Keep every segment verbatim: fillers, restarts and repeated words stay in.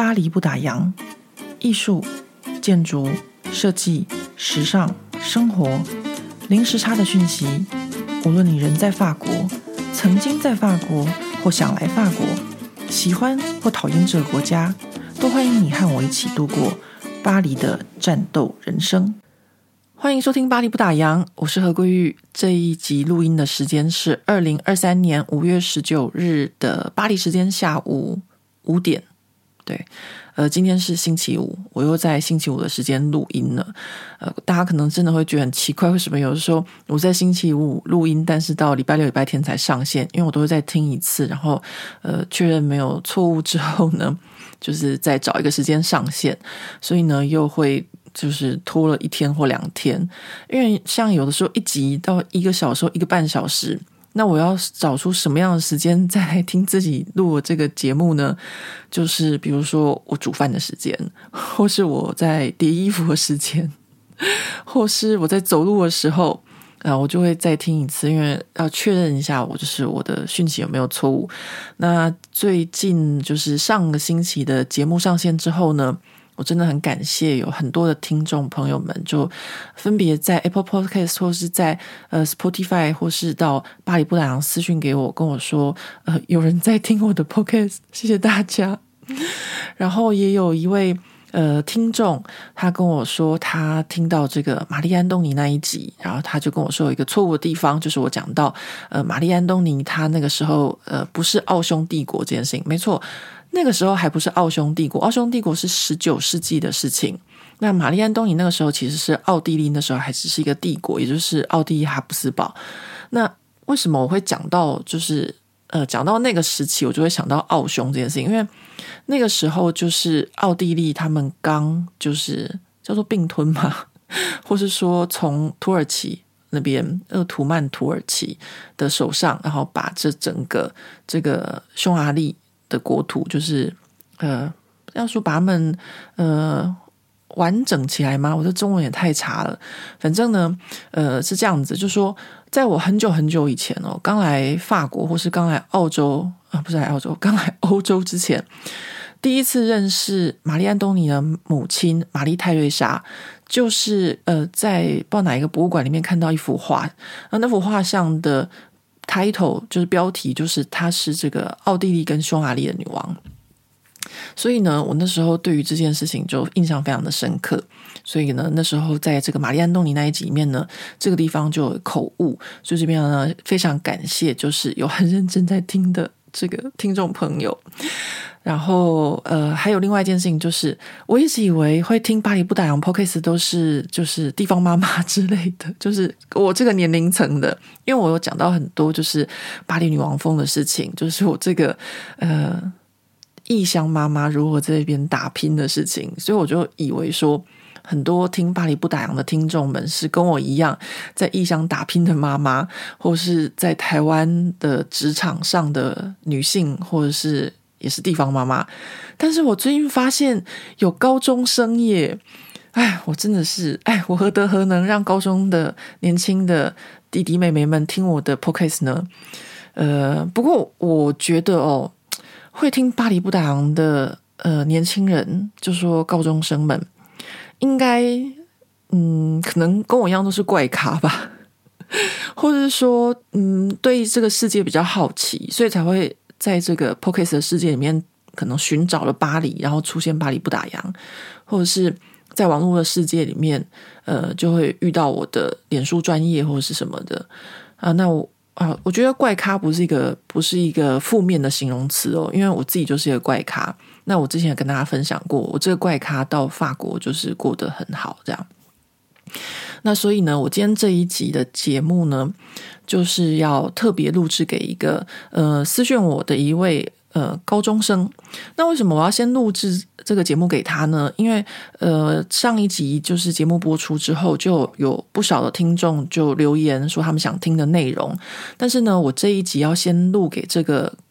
巴黎不打烊，艺术、建筑、设计、时尚、生活，零时差的讯息。无论你人在法国，曾经在法国，或想来法国，喜欢或讨厌这个国家，都欢迎你和我一起度过巴黎的战斗人生。欢迎收听巴黎不打烊，我是何桂玉。这一集录音的时间是二零二三年五月十九日的巴黎时间下午五点。对，呃，今天是星期五，我又在星期五的时间录音了。呃，大家可能真的会觉得很奇怪，为什么有的时候我在星期五录音，但是到礼拜六、礼拜天才上线？因为我都会再听一次，然后呃确认没有错误之后呢，就是再找一个时间上线，所以呢又会就是拖了一天或两天。因为像有的时候一集到一个小时、一个半小时。那我要找出什么样的时间再来听自己录这个节目呢？就是比如说我煮饭的时间，或是我在叠衣服的时间，或是我在走路的时候啊，我就会再听一次，因为要确认一下我就是我的讯息有没有错误。那最近就是上个星期的节目上线之后呢，我真的很感谢有很多的听众朋友们，就分别在 Apple Podcast 或是在呃 Spotify 或是到巴黎不打烊私讯给我，跟我说呃有人在听我的 Podcast， 谢谢大家。然后也有一位呃听众，他跟我说他听到这个玛丽安东尼那一集，然后他就跟我说有一个错误的地方，就是我讲到呃玛丽安东尼他那个时候呃不是奥匈帝国这件事情，没错。那个时候还不是奥匈帝国，奥匈帝国是十九世纪的事情。那玛丽安东尼那个时候其实是奥地利，那时候还只是一个帝国，也就是奥地利哈布斯堡。那为什么我会讲到就是呃讲到那个时期，我就会想到奥匈这件事情？因为那个时候就是奥地利他们刚就是叫做并吞嘛，或是说从土耳其那边鄂图曼土耳其的手上，然后把这整个这个匈牙利的国土就是呃，要说把他们呃完整起来吗？我的中文也太差了。反正呢，呃是这样子，就说在我很久很久以前哦，刚来法国或是刚来澳洲啊，不是来澳洲，刚来欧洲之前，第一次认识玛丽安东尼的母亲玛丽泰瑞莎，就是呃在不知道哪一个博物馆里面看到一幅画，那那幅画像的title 就是标题，就是她是这个奥地利跟匈牙利的女王。所以呢，我那时候对于这件事情就印象非常的深刻。所以呢，那时候在这个玛丽安东尼那一集里面呢，这个地方就有口误。所以这边呢，非常感谢就是有很认真在听的这个听众朋友。然后呃，还有另外一件事情，就是我一直以为会听巴黎不打烊 Podcast 都是就是地方妈妈之类的，就是我这个年龄层的，因为我有讲到很多就是巴黎女王风的事情，就是我这个呃异乡妈妈如何在这边打拼的事情，所以我就以为说很多听巴黎不打烊的听众们是跟我一样在异乡打拼的妈妈，或是在台湾的职场上的女性，或者是也是地方妈妈。但是我最近发现有高中生耶，哎，我真的是哎，我何德何能让高中的年轻的弟弟妹妹们听我的 podcast 呢？呃，不过我觉得哦，会听巴黎不打烊的呃年轻人，就说高中生们，应该嗯，可能跟我一样都是怪咖吧，或者是说嗯，对这个世界比较好奇，所以才会在这个 podcast 的世界里面可能寻找了巴黎，然后出现巴黎不打烊，或者是在网络的世界里面呃，就会遇到我的脸书专页或者是什么的啊。那我啊，我觉得怪咖不是一个不是一个负面的形容词哦，因为我自己就是一个怪咖。那我之前也跟大家分享过，我这个怪咖到法国就是过得很好这样。那所以呢，我今天这一集的节目呢，就是要特别录制给一个呃私讯我的一位呃高中生。那为什么我要先录制这个节目给他呢？因为呃上一集就是节目播出之后，就有不少的听众就留言说他们想听的内容，但是呢，我这一集要先录给这个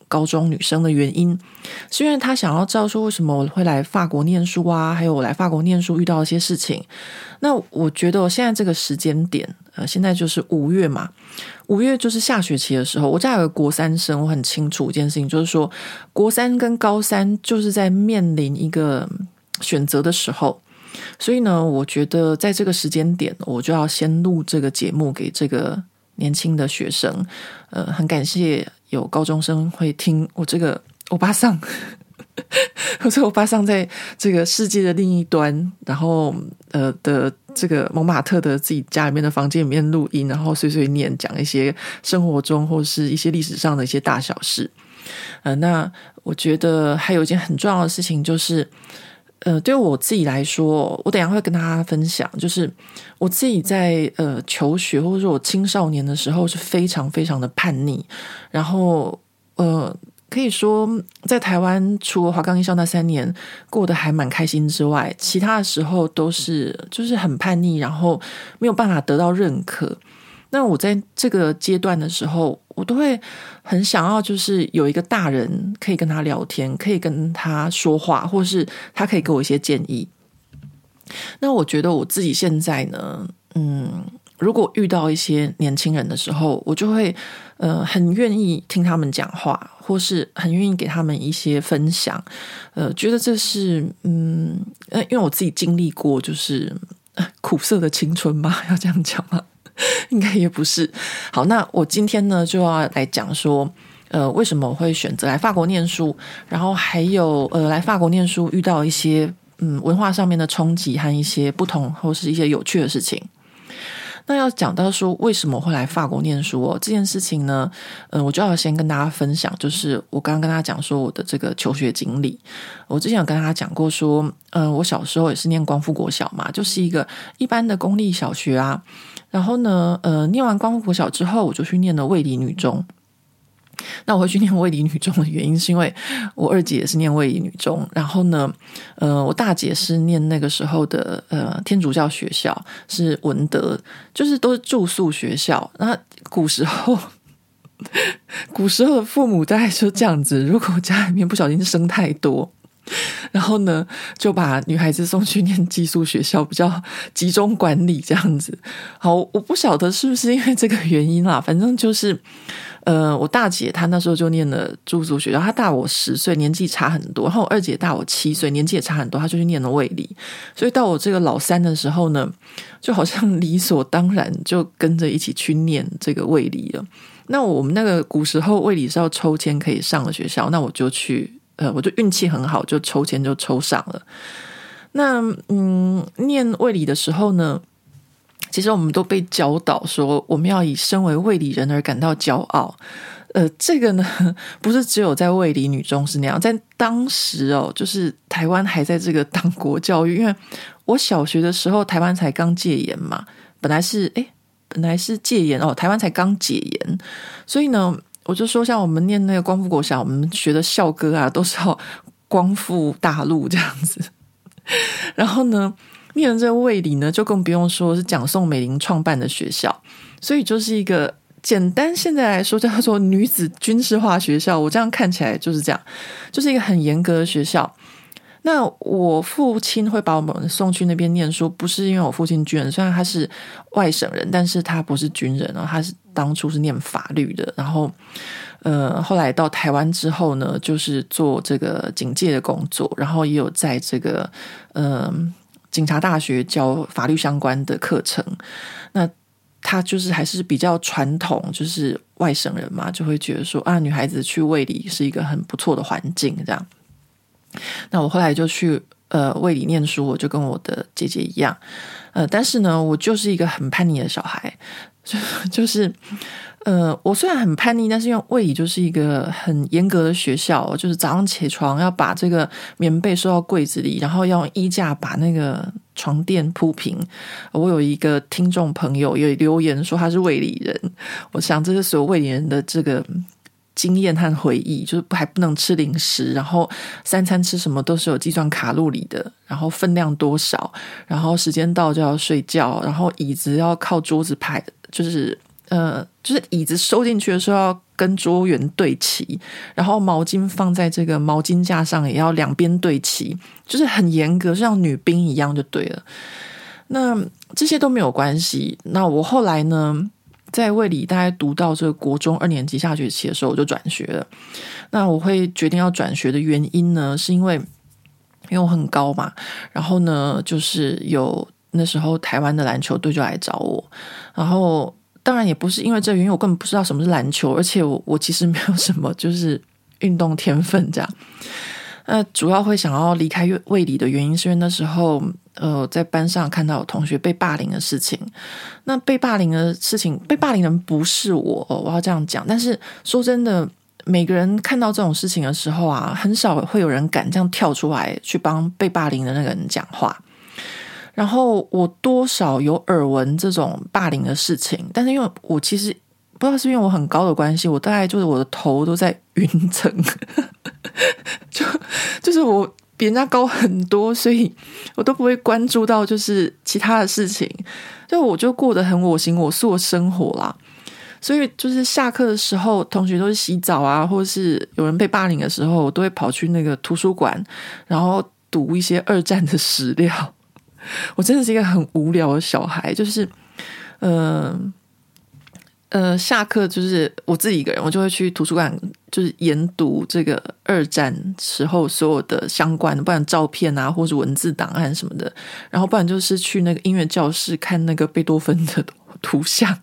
高中女生的原因，是因为他想要知道说为什么我会来法国念书啊，还有我来法国念书遇到一些事情。那我觉得我现在这个时间点，呃，现在就是五月嘛，五月就是下学期的时候。我家有个国三生，我很清楚一件事情，就是说国三跟高三就是在面临一个选择的时候。所以呢，我觉得在这个时间点，我就要先录这个节目给这个年轻的学生。呃，很感谢有高中生会听我这个欧巴桑。我这欧巴桑在这个世界的另一端，然后呃的这个蒙马特的自己家里面的房间里面录音，然后碎碎念讲一些生活中或是一些历史上的一些大小事。呃，那我觉得还有一件很重要的事情就是。呃，对我自己来说，我等一下会跟大家分享，就是我自己在呃求学或者说我青少年的时候是非常非常的叛逆，然后呃可以说在台湾除了华冈艺校那三年过得还蛮开心之外，其他的时候都是就是很叛逆，然后没有办法得到认可。那我在这个阶段的时候，我都会很想要就是有一个大人可以跟他聊天，可以跟他说话，或是他可以给我一些建议。那我觉得我自己现在呢，嗯，如果遇到一些年轻人的时候，我就会呃很愿意听他们讲话，或是很愿意给他们一些分享。呃，觉得这是嗯，因为我自己经历过，就是苦涩的青春吧，要这样讲吗？应该也不是。好，那我今天呢就要来讲说，呃，为什么我会选择来法国念书，然后还有呃，来法国念书遇到一些嗯文化上面的冲击和一些不同或是一些有趣的事情。那要讲到说为什么会来法国念书哦，这件事情呢，嗯、呃，我就要先跟大家分享，就是我刚刚跟大家讲说我的这个求学经历。我之前有跟大家讲过说，呃，我小时候也是念光复国小嘛，就是一个一般的公立小学啊。然后呢，呃，念完光复国小之后，我就去念了卫理女中。那我会去念卫理女中的原因是因为我二姐也是念卫理女中，然后呢呃，我大姐是念那个时候的呃天主教学校，是文德，就是都是住宿学校。那古时候古时候的父母大概就这样子，如果家里面不小心生太多，然后呢就把女孩子送去念寄宿学校，比较集中管理这样子。好，我不晓得是不是因为这个原因啦，反正就是呃，我大姐她那时候就念了住宿学校，她大我十岁，年纪差很多。然后我二姐大我七岁，年纪也差很多，她就去念了卫理。所以到我这个老三的时候呢，就好像理所当然就跟着一起去念这个卫理了。那我们那个古时候卫理是要抽签可以上的学校，那我就去呃，我就运气很好，就抽签就抽上了。那嗯，念卫理的时候呢，其实我们都被教导说，我们要以身为卫理人而感到骄傲。呃，这个呢，不是只有在卫理女中是那样，在当时哦，就是台湾还在这个党国教育，因为我小学的时候，台湾才刚戒严嘛，本来是诶，本来是戒严哦，台湾才刚解严，所以呢，我就说，像我们念那个光复国小，我们学的校歌啊，都是要光复大陆这样子。然后呢，念的这个卫理呢，就更不用说是蒋宋美龄创办的学校，所以就是一个简单现在来说叫做女子军事化学校。我这样看起来就是这样，就是一个很严格的学校。那我父亲会把我们送去那边念书，不是因为我父亲军人，虽然他是外省人，但是他不是军人哦，他是当初是念法律的，然后呃，后来到台湾之后呢，就是做这个警戒的工作，然后也有在这个呃警察大学教法律相关的课程。那他就是还是比较传统，就是外省人嘛，就会觉得说啊，女孩子去卫理是一个很不错的环境这样。那我后来就去呃卫理念书，我就跟我的姐姐一样，呃，但是呢，我就是一个很叛逆的小孩，就就是呃，我虽然很叛逆，但是因为卫理就是一个很严格的学校，就是早上起床要把这个棉被收到柜子里，然后要用衣架把那个床垫铺平。我有一个听众朋友也留言说他是卫理人，我想这是所有卫理人的这个经验和回忆，就是还不能吃零食，然后三餐吃什么都是有计算卡路里的，然后分量多少，然后时间到就要睡觉，然后椅子要靠桌子排，就是呃，就是椅子收进去的时候要跟桌缘对齐，然后毛巾放在这个毛巾架上也要两边对齐，就是很严格，像女兵一样就对了。那这些都没有关系。那我后来呢，在卫理大概读到这个国中二年级下学期的时候，我就转学了。那我会决定要转学的原因呢，是因为因为我很高嘛，然后呢，就是有那时候台湾的篮球队就来找我，然后当然也不是因为这个原因，我根本不知道什么是篮球，而且我我其实没有什么就是运动天分这样。那主要会想要离开卫理的原因，是因为那时候呃在班上看到有同学被霸凌的事情。那被霸凌的事情，被霸凌人不是我，哦，我要这样讲。但是说真的，每个人看到这种事情的时候啊，很少会有人敢这样跳出来去帮被霸凌的那个人讲话。然后我多少有耳闻这种霸凌的事情，但是因为我其实不知道是因为我很高的关系，我大概就是我的头都在云层，就就是我比人家高很多，所以我都不会关注到就是其他的事情，就我就过得很我行我素的生活啦。所以就是下课的时候，同学都是洗澡啊，或是有人被霸凌的时候，我都会跑去那个图书馆，然后读一些二战的史料。我真的是一个很无聊的小孩，就是呃呃，下课就是我自己一个人，我就会去图书馆，就是研读这个二战时候所有的相关的，不然照片啊，或是文字档案什么的，然后不然就是去那个音乐教室看那个贝多芬的图像。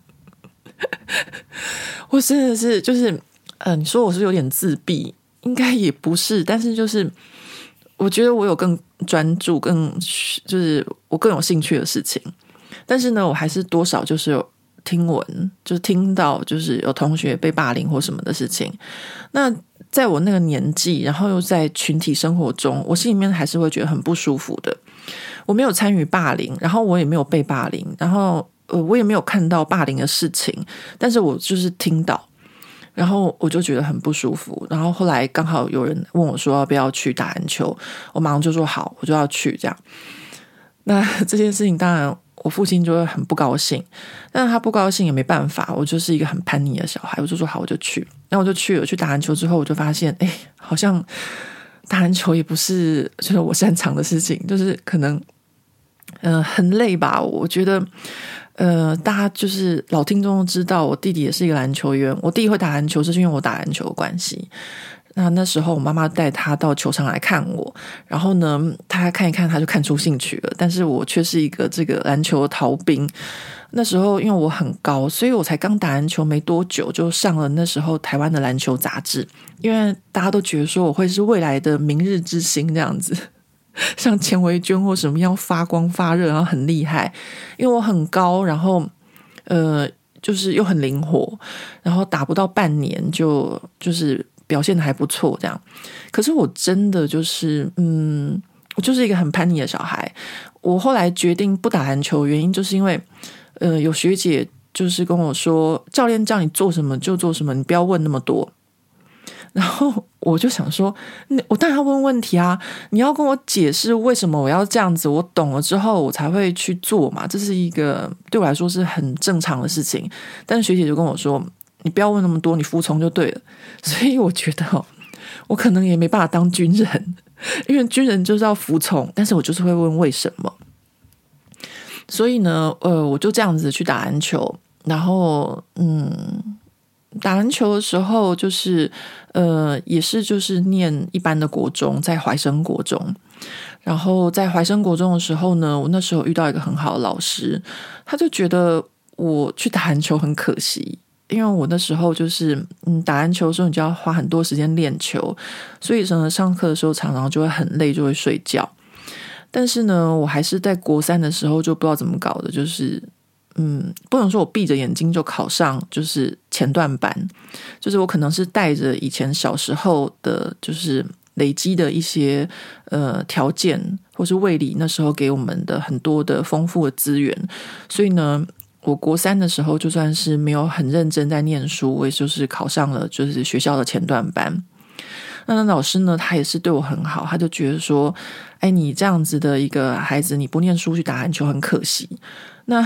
我真的是就是呃，你说我是有点自闭，应该也不是，但是就是我觉得我有更专注，更就是我更有兴趣的事情。但是呢，我还是多少就是有听闻，就是听到就是有同学被霸凌或什么的事情。那在我那个年纪，然后又在群体生活中，我心里面还是会觉得很不舒服的。我没有参与霸凌，然后我也没有被霸凌，然后呃，我也没有看到霸凌的事情，但是我就是听到，然后我就觉得很不舒服。然后后来刚好有人问我说要不要去打篮球，我马上就说好，我就要去这样。那这件事情当然我父亲就会很不高兴，但是他不高兴也没办法，我就是一个很叛逆的小孩，我就说好，我就去。然后我就去了，去打篮球之后，我就发现哎，好像打篮球也不是就是我擅长的事情，就是可能呃很累吧。我觉得呃，大家就是老听众都知道，我弟弟也是一个篮球员。我弟弟会打篮球，是因为我打篮球的关系。那那时候我妈妈带他到球场来看我，然后呢，他看一看，他就看出兴趣了。但是我却是一个这个篮球逃兵。那时候因为我很高，所以我才刚打篮球没多久，就上了那时候台湾的篮球杂志。因为大家都觉得说我会是未来的明日之星这样子。像钱维娟或什么样发光发热，然后很厉害，因为我很高，然后呃，就是又很灵活，然后打不到半年就就是表现得还不错这样。可是我真的就是嗯，我就是一个很叛逆的小孩。我后来决定不打篮球的原因，就是因为呃，有学姐就是跟我说，教练叫你做什么就做什么，你不要问那么多。然后我就想说，我当然要问问题啊！你要跟我解释为什么我要这样子，我懂了之后我才会去做嘛。这是一个对我来说是很正常的事情。但是学姐就跟我说，你不要问那么多，你服从就对了。所以我觉得哦，我可能也没办法当军人，因为军人就是要服从，但是我就是会问为什么。所以呢，呃，我就这样子去打篮球，然后嗯。打篮球的时候就是呃也是就是念一般的国中，在怀生国中。然后在怀生国中的时候呢，我那时候遇到一个很好的老师，他就觉得我去打篮球很可惜，因为我那时候就是嗯打篮球的时候你就要花很多时间练球，所以呢上课的时候常常就会很累，就会睡觉。但是呢我还是在国三的时候就不知道怎么搞的，就是嗯，不能说我闭着眼睛就考上就是前段班，就是我可能是带着以前小时候的就是累积的一些呃条件，或是卫理那时候给我们的很多的丰富的资源，所以呢我国三的时候就算是没有很认真在念书，我也就是考上了就是学校的前段班。那那老师呢他也是对我很好，他就觉得说哎，你这样子的一个孩子你不念书去打篮球很可惜。那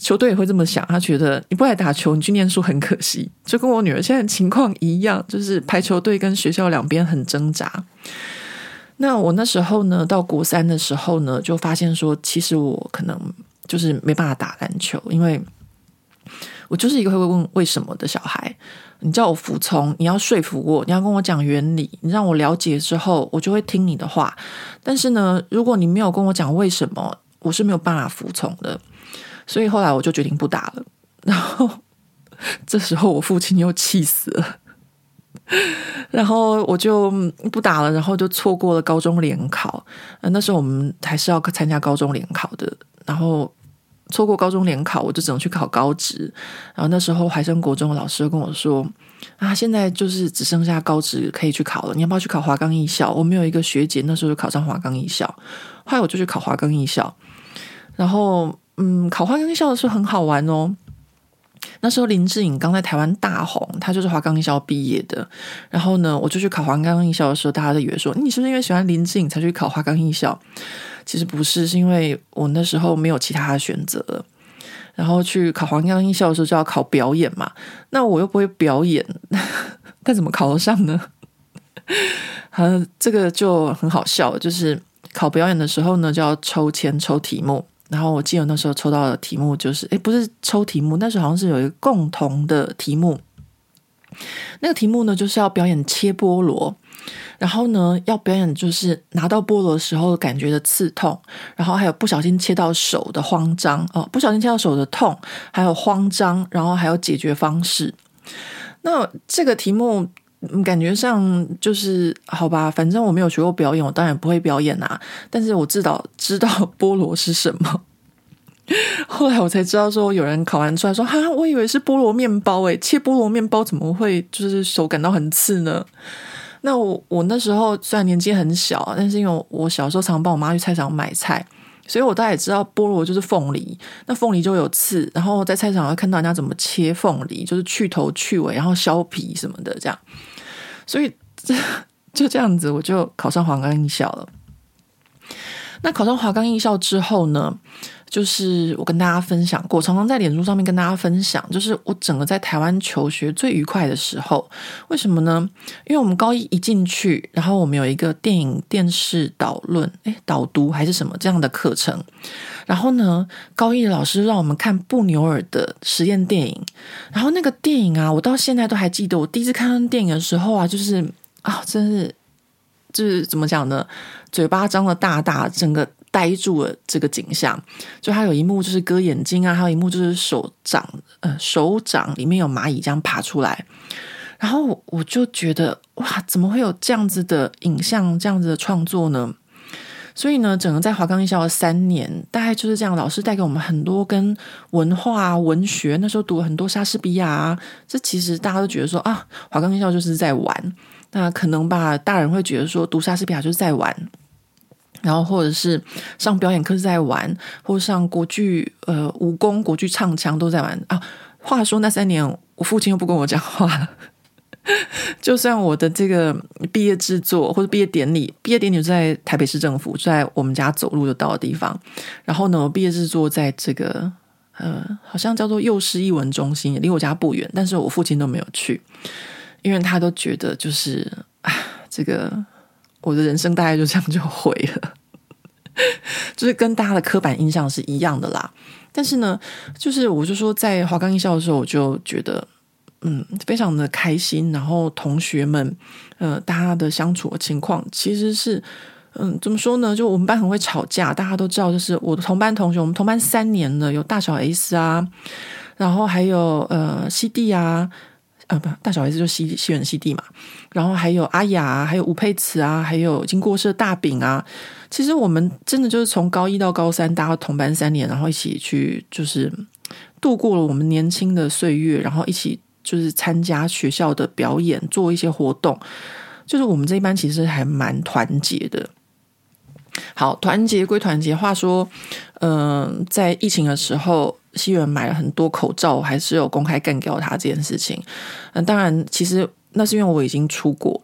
球队也会这么想，他觉得你不来打球，你去念书很可惜，就跟我女儿现在情况一样，就是排球队跟学校两边很挣扎。那我那时候呢，到国三的时候呢，就发现说，其实我可能就是没办法打篮球，因为我就是一个会问为什么的小孩。你叫我服从，你要说服我，你要跟我讲原理，你让我了解之后，我就会听你的话。但是呢，如果你没有跟我讲为什么，我是没有办法服从的。所以后来我就决定不打了。然后这时候我父亲又气死了。然后我就不打了，然后就错过了高中联考。呃、那时候我们还是要参加高中联考的，然后错过高中联考，我就只能去考高职。然后那时候怀生国中的老师就跟我说啊，现在就是只剩下高职可以去考了，你要不要去考华冈艺校？我们有一个学姐那时候就考上华冈艺校，后来我就去考华冈艺校。然后嗯，考华冈艺校的时候很好玩哦。那时候林志颖刚在台湾大红，他就是华冈艺校毕业的。然后呢，我就去考华冈艺校的时候，大家都以为说你是不是因为喜欢林志颖才去考华冈艺校？其实不是，是因为我那时候没有其他的选择了。然后去考华冈艺校的时候就要考表演嘛，那我又不会表演，但怎么考得上呢？啊，这个就很好笑，就是考表演的时候呢，就要抽签抽题目。然后我记得那时候抽到的题目就是，诶，不是抽题目，那时候好像是有一个共同的题目。那个题目呢，就是要表演切菠萝，然后呢，要表演就是拿到菠萝的时候感觉的刺痛，然后还有不小心切到手的慌张哦，不小心切到手的痛，还有慌张，然后还有解决方式。那这个题目感觉上就是好吧，反正我没有学过表演，我当然不会表演啊。但是我至少知道菠萝是什么。后来我才知道说，有人考完出来说，哈，我以为是菠萝面包诶，切菠萝面包怎么会就是手感到很刺呢？那我我那时候虽然年纪很小，但是因为我小时候常常帮我妈去菜场买菜，所以我大概也知道菠萝就是凤梨，那凤梨就有刺，然后在菜场会看到人家怎么切凤梨，就是去头去尾，然后削皮什么的这样。所以就这样子我就考上华冈艺校了。那考上华冈艺校之后呢，就是我跟大家分享过，常常在脸书上面跟大家分享，就是我整个在台湾求学最愉快的时候。为什么呢？因为我们高一一进去，然后我们有一个电影电视导论，诶导读还是什么这样的课程。然后呢，高一的老师让我们看布纽尔的实验电影，然后那个电影啊，我到现在都还记得，我第一次看到电影的时候啊，就是啊，真是就是怎么讲呢？嘴巴张得大大，整个呆住了这个景象。就还有一幕就是割眼睛啊，还有一幕就是手掌呃手掌里面有蚂蚁这样爬出来。然后我就觉得哇，怎么会有这样子的影像，这样子的创作呢？所以呢，整个在华冈艺校的三年，大概就是这样，老师带给我们很多跟文化、文学，那时候读了很多莎士比亚啊，这其实大家都觉得说啊，华冈艺校就是在玩。那可能吧，大人会觉得说读莎士比亚就是在玩，然后或者是上表演课是在玩，或者上国剧呃武功、国剧唱腔都在玩啊。话说那三年，我父亲又不跟我讲话了。就算我的这个毕业制作或者毕业典礼，毕业典礼就在台北市政府，就在我们家走路就到的地方。然后呢，我毕业制作在这个呃，好像叫做幼师艺文中心，离我家不远，但是我父亲都没有去，因为他都觉得就是啊，这个我的人生大概就这样就毁了，就是跟大家的刻板印象是一样的啦。但是呢，就是我就说在华冈艺校的时候，我就觉得。嗯，非常的开心，然后同学们，呃，大家的相处的情况其实是，嗯，怎么说呢？就我们班很会吵架，大家都知道，就是我的同班同学，我们同班三年了，有大小 S 啊，然后还有呃西弟啊，呃不，大小 S 就西西园西弟嘛，然后还有阿雅啊，还有吴佩慈啊，还有已经过世的大饼啊。其实我们真的就是从高一到高三，大家同班三年，然后一起去就是度过了我们年轻的岁月，然后一起。就是参加学校的表演，做一些活动，就是我们这一班其实还蛮团结的。好，团结归团结，话说，嗯、呃，在疫情的时候，西园买了很多口罩，还是有公开干掉他这件事情。嗯、呃，当然，其实那是因为我已经出国了。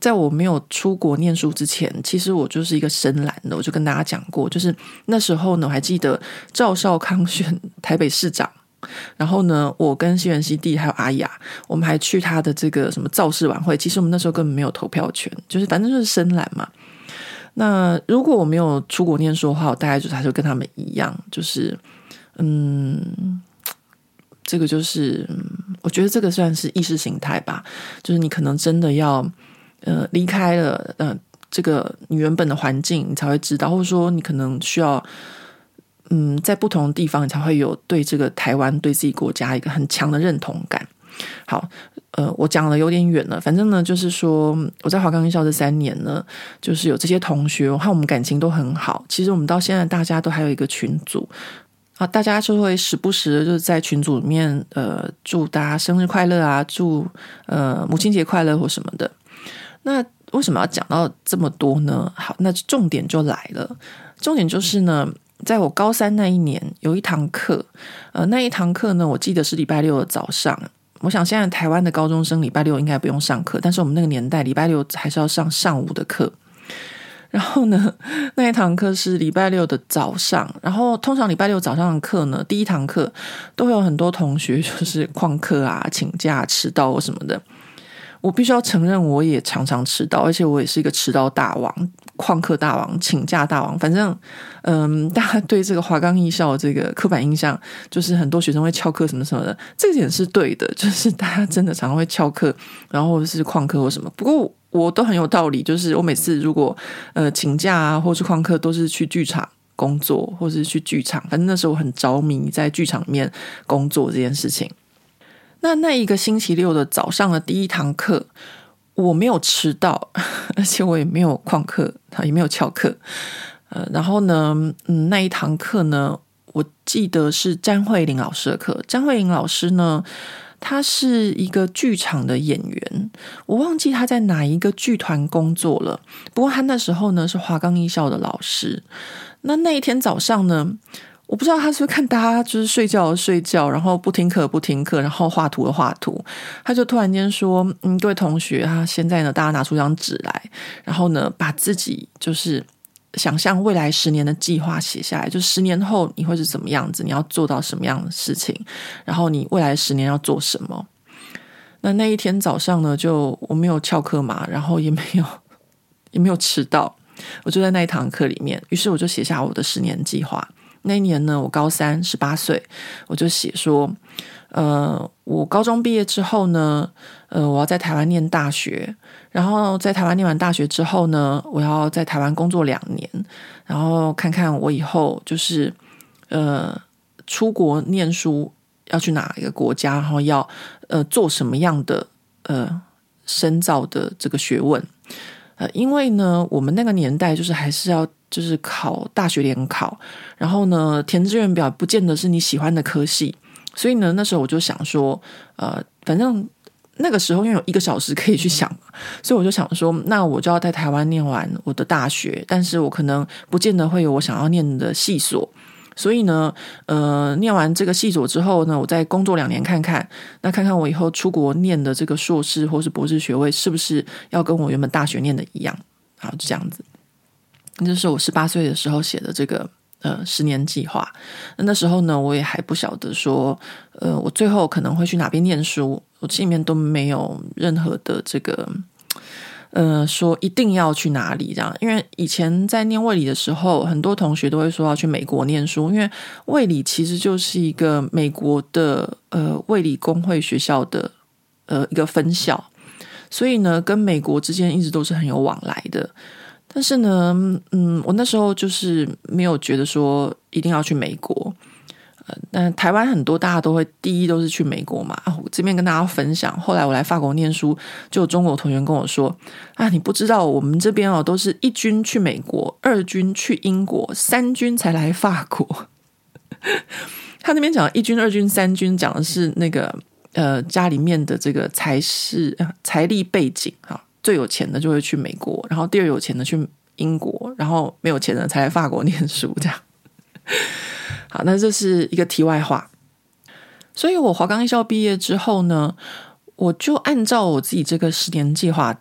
在我没有出国念书之前，其实我就是一个深蓝的，我就跟大家讲过，就是那时候呢，我还记得赵少康选台北市长，然后呢，我跟西元熙娣还有阿雅，我们还去他的这个什么造势晚会，其实我们那时候根本没有投票权，就是反正就是深蓝嘛。那如果我没有出国念书的话，我大概就是还是跟他们一样，就是嗯。这个就是、嗯、我觉得这个算是意识形态吧，就是你可能真的要呃离开了呃这个你原本的环境，你才会知道，或者说你可能需要嗯在不同的地方，你才会有对这个台湾对自己国家一个很强的认同感。好，呃，我讲了有点远了，反正呢，就是说我在华冈艺校这三年呢，就是有这些同学，我和我们感情都很好。其实我们到现在大家都还有一个群组。啊，大家就会时不时的就是在群组里面，呃，祝大家生日快乐啊，祝呃母亲节快乐或什么的。那为什么要讲到这么多呢？好，那重点就来了。重点就是呢，在我高三那一年有一堂课，呃，那一堂课呢，我记得是礼拜六的早上。我想现在台湾的高中生礼拜六应该不用上课，但是我们那个年代礼拜六还是要上上午的课。然后呢，那一堂课是礼拜六的早上，然后通常礼拜六早上的课呢，第一堂课都会有很多同学就是旷课啊、请假、迟到或什么的。我必须要承认，我也常常迟到，而且我也是一个迟到大王、旷课大王、请假大王。反正，嗯，大家对这个华冈艺校这个刻板印象，就是很多学生会翘课什么什么的，这点是对的，就是大家真的常常会翘课，然后或者是旷课或什么。不过我都很有道理，就是我每次如果呃请假啊，或是旷课，都是去剧场工作，或是去剧场，反正那时候我很着迷在剧场里面工作这件事情。那那一个星期六的早上的第一堂课，我没有迟到，而且我也没有旷课，也没有翘课。呃，然后呢，嗯，那一堂课呢，我记得是詹慧玲老师的课。詹慧玲老师呢，他是一个剧场的演员，我忘记他在哪一个剧团工作了。不过他那时候呢是华冈艺校的老师。那那一天早上呢，我不知道他是不是看大家就是睡觉的睡觉，然后不听课不听课，然后画图的画图，他就突然间说：“嗯，各位同学，他现在呢，大家拿出一张纸来，然后呢，把自己就是想象未来十年的计划写下来，就十年后你会是怎么样子，你要做到什么样的事情，然后你未来十年要做什么。”那那一天早上呢，就我没有翘课嘛，然后也没有也没有迟到，我就在那一堂课里面，于是我就写下我的十年计划。那一年呢，我高三，十八岁，我就写说，呃，我高中毕业之后呢，呃，我要在台湾念大学，然后在台湾念完大学之后呢，我要在台湾工作两年，然后看看我以后就是呃出国念书要去哪一个国家，然后要呃做什么样的呃深造的这个学问。呃，因为呢，我们那个年代就是还是要就是考大学联考，然后呢，填志愿表不见得是你喜欢的科系，所以呢，那时候我就想说，呃，反正那个时候因为有一个小时可以去想嘛，所以我就想说，那我就要在台湾念完我的大学，但是我可能不见得会有我想要念的系所。所以呢，呃，念完这个系所之后呢，我再工作两年看看，那看看我以后出国念的这个硕士或是博士学位是不是要跟我原本大学念的一样。好，就这样子。这是我十八岁的时候写的这个呃十年计划。那那时候呢，我也还不晓得说，呃，我最后可能会去哪边念书，我心里面都没有任何的这个。呃，说一定要去哪里这样，因为以前在念卫理的时候，很多同学都会说要去美国念书，因为卫理其实就是一个美国的呃卫理公会学校的呃一个分校，所以呢，跟美国之间一直都是很有往来的。但是呢，嗯，我那时候就是没有觉得说一定要去美国。呃，但台湾很多大家都会第一都是去美国嘛。啊，我这边跟大家分享，后来我来法国念书，就有中国同学跟我说啊，你不知道我们这边哦，都是一军去美国，二军去英国，三军才来法国。他那边讲一军、二军、三军，讲的是那个呃家里面的这个财势、呃、财力背景哈，最有钱的就会去美国，然后第二有钱的去英国，然后没有钱的才来法国念书这样。好，那这是一个题外话。所以我华冈艺校毕业之后呢，我就按照我自己这个十年计划走。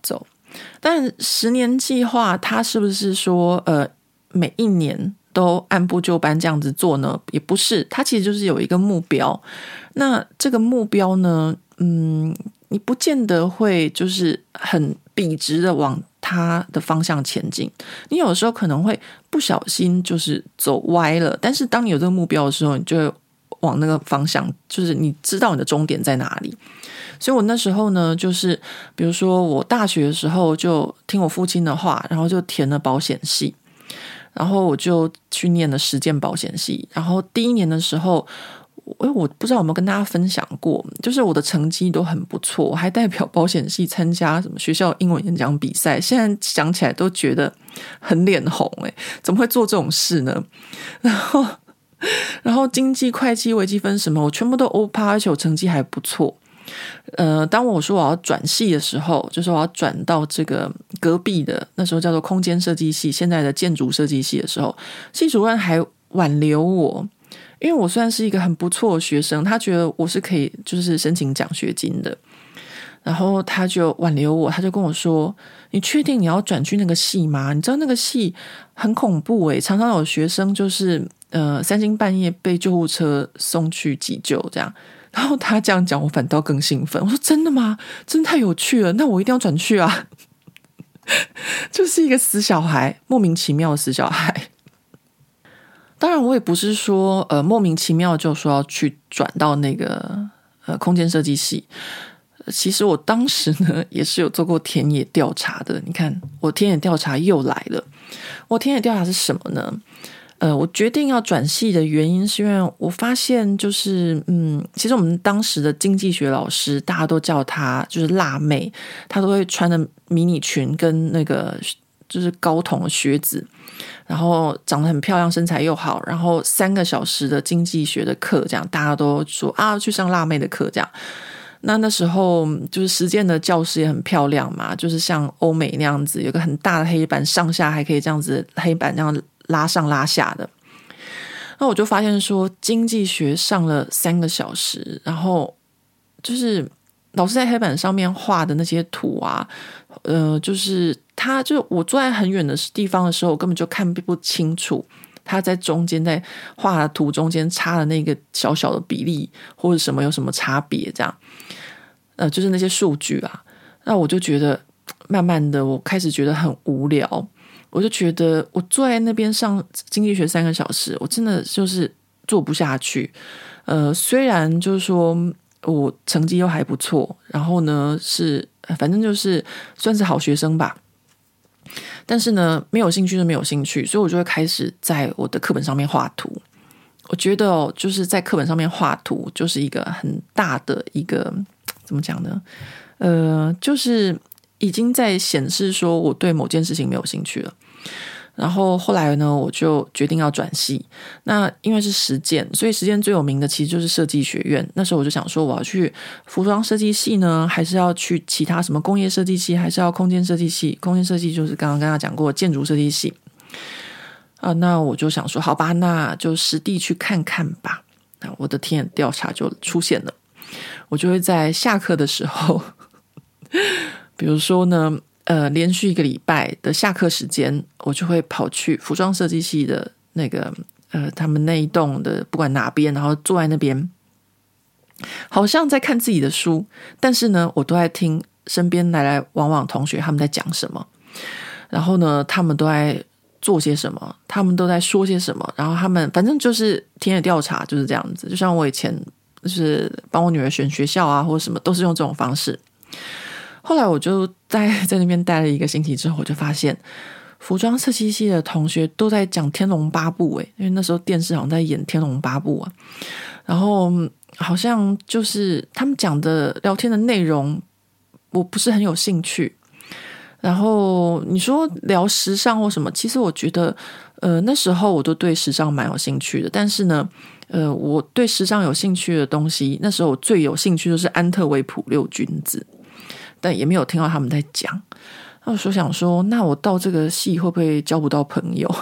但十年计划它是不是说呃每一年都按部就班这样子做呢？也不是，它其实就是有一个目标。那这个目标呢，嗯，你不见得会就是很笔直的往它的方向前进，你有的时候可能会不小心就是走歪了，但是当你有这个目标的时候，你就会往那个方向，就是你知道你的终点在哪里。所以我那时候呢，就是比如说我大学的时候就听我父亲的话，然后就填了保险系，然后我就去念了实践保险系。然后第一年的时候，我我不知道有没有跟大家分享过，就是我的成绩都很不错，我还代表保险系参加什么学校英文演讲比赛，现在想起来都觉得很脸红欸，怎么会做这种事呢？然后然后经济、会计、微积分什么我全部都欧趴，而且我成绩还不错。呃，当我说我要转系的时候，就是我要转到这个隔壁的，那时候叫做空间设计系，现在的建筑设计系的时候，系主任还挽留我，因为我算是一个很不错的学生，他觉得我是可以就是申请奖学金的，然后他就挽留我，他就跟我说，你确定你要转去那个系吗？你知道那个系很恐怖诶，常常有学生就是呃三更半夜被救护车送去急救这样。然后他这样讲，我反倒更兴奋。我说真的吗？真的太有趣了，那我一定要转去啊。就是一个死小孩，莫名其妙的死小孩。当然我也不是说呃莫名其妙就说要去转到那个呃空间设计系。其实我当时呢也是有做过田野调查的。你看我田野调查又来了。我田野调查是什么呢？呃，我决定要转系的原因是因为我发现就是，嗯，其实我们当时的经济学老师，大家都叫她就是辣妹，她都会穿的迷你裙跟那个就是高筒的靴子，然后长得很漂亮，身材又好，然后三个小时的经济学的课，这样大家都说啊，去上辣妹的课这样。那那时候就是实践的教室也很漂亮嘛，就是像欧美那样子，有个很大的黑板，上下还可以这样子黑板这样拉上拉下的。那我就发现说经济学上了三个小时，然后就是老师在黑板上面画的那些图啊，呃，就是他就我坐在很远的地方的时候，我根本就看不清楚他在中间在画的图中间插的那个小小的比例或者什么有什么差别这样，呃，就是那些数据啊。那我就觉得慢慢的我开始觉得很无聊，我就觉得我坐在那边上经济学三个小时，我真的就是做不下去。呃，虽然就是说我成绩又还不错，然后呢是反正就是算是好学生吧，但是呢没有兴趣就没有兴趣，所以我就会开始在我的课本上面画图。我觉得哦，就是在课本上面画图就是一个很大的一个怎么讲呢？呃，就是已经在显示说我对某件事情没有兴趣了。然后后来呢，我就决定要转系。那因为是实践，所以实践最有名的其实就是设计学院。那时候我就想说，我要去服装设计系呢，还是要去其他什么工业设计系，还是要空间设计系？空间设计就是刚刚跟他讲过建筑设计系啊。那我就想说，好吧，那就实地去看看吧。那我的田野调查就出现了，我就会在下课的时候，比如说呢。呃，连续一个礼拜的下课时间，我就会跑去服装设计系的那个呃，他们那一栋的不管哪边，然后坐在那边，好像在看自己的书，但是呢，我都在听身边来来往往同学他们在讲什么，然后呢，他们都在做些什么，他们都在说些什么，然后他们反正就是田野调查就是这样子，就像我以前就是帮我女儿选学校啊，或者什么，都是用这种方式。后来我就在在那边待了一个星期之后，我就发现服装设计系的同学都在讲天龙八部诶，因为那时候电视好像在演天龙八部啊，然后好像就是他们讲的聊天的内容我不是很有兴趣。然后你说聊时尚或什么，其实我觉得呃那时候我都对时尚蛮有兴趣的，但是呢呃我对时尚有兴趣的东西，那时候我最有兴趣就是安特卫普六君子，但也没有听到他们在讲。那我说想说，那我到这个系会不会交不到朋友？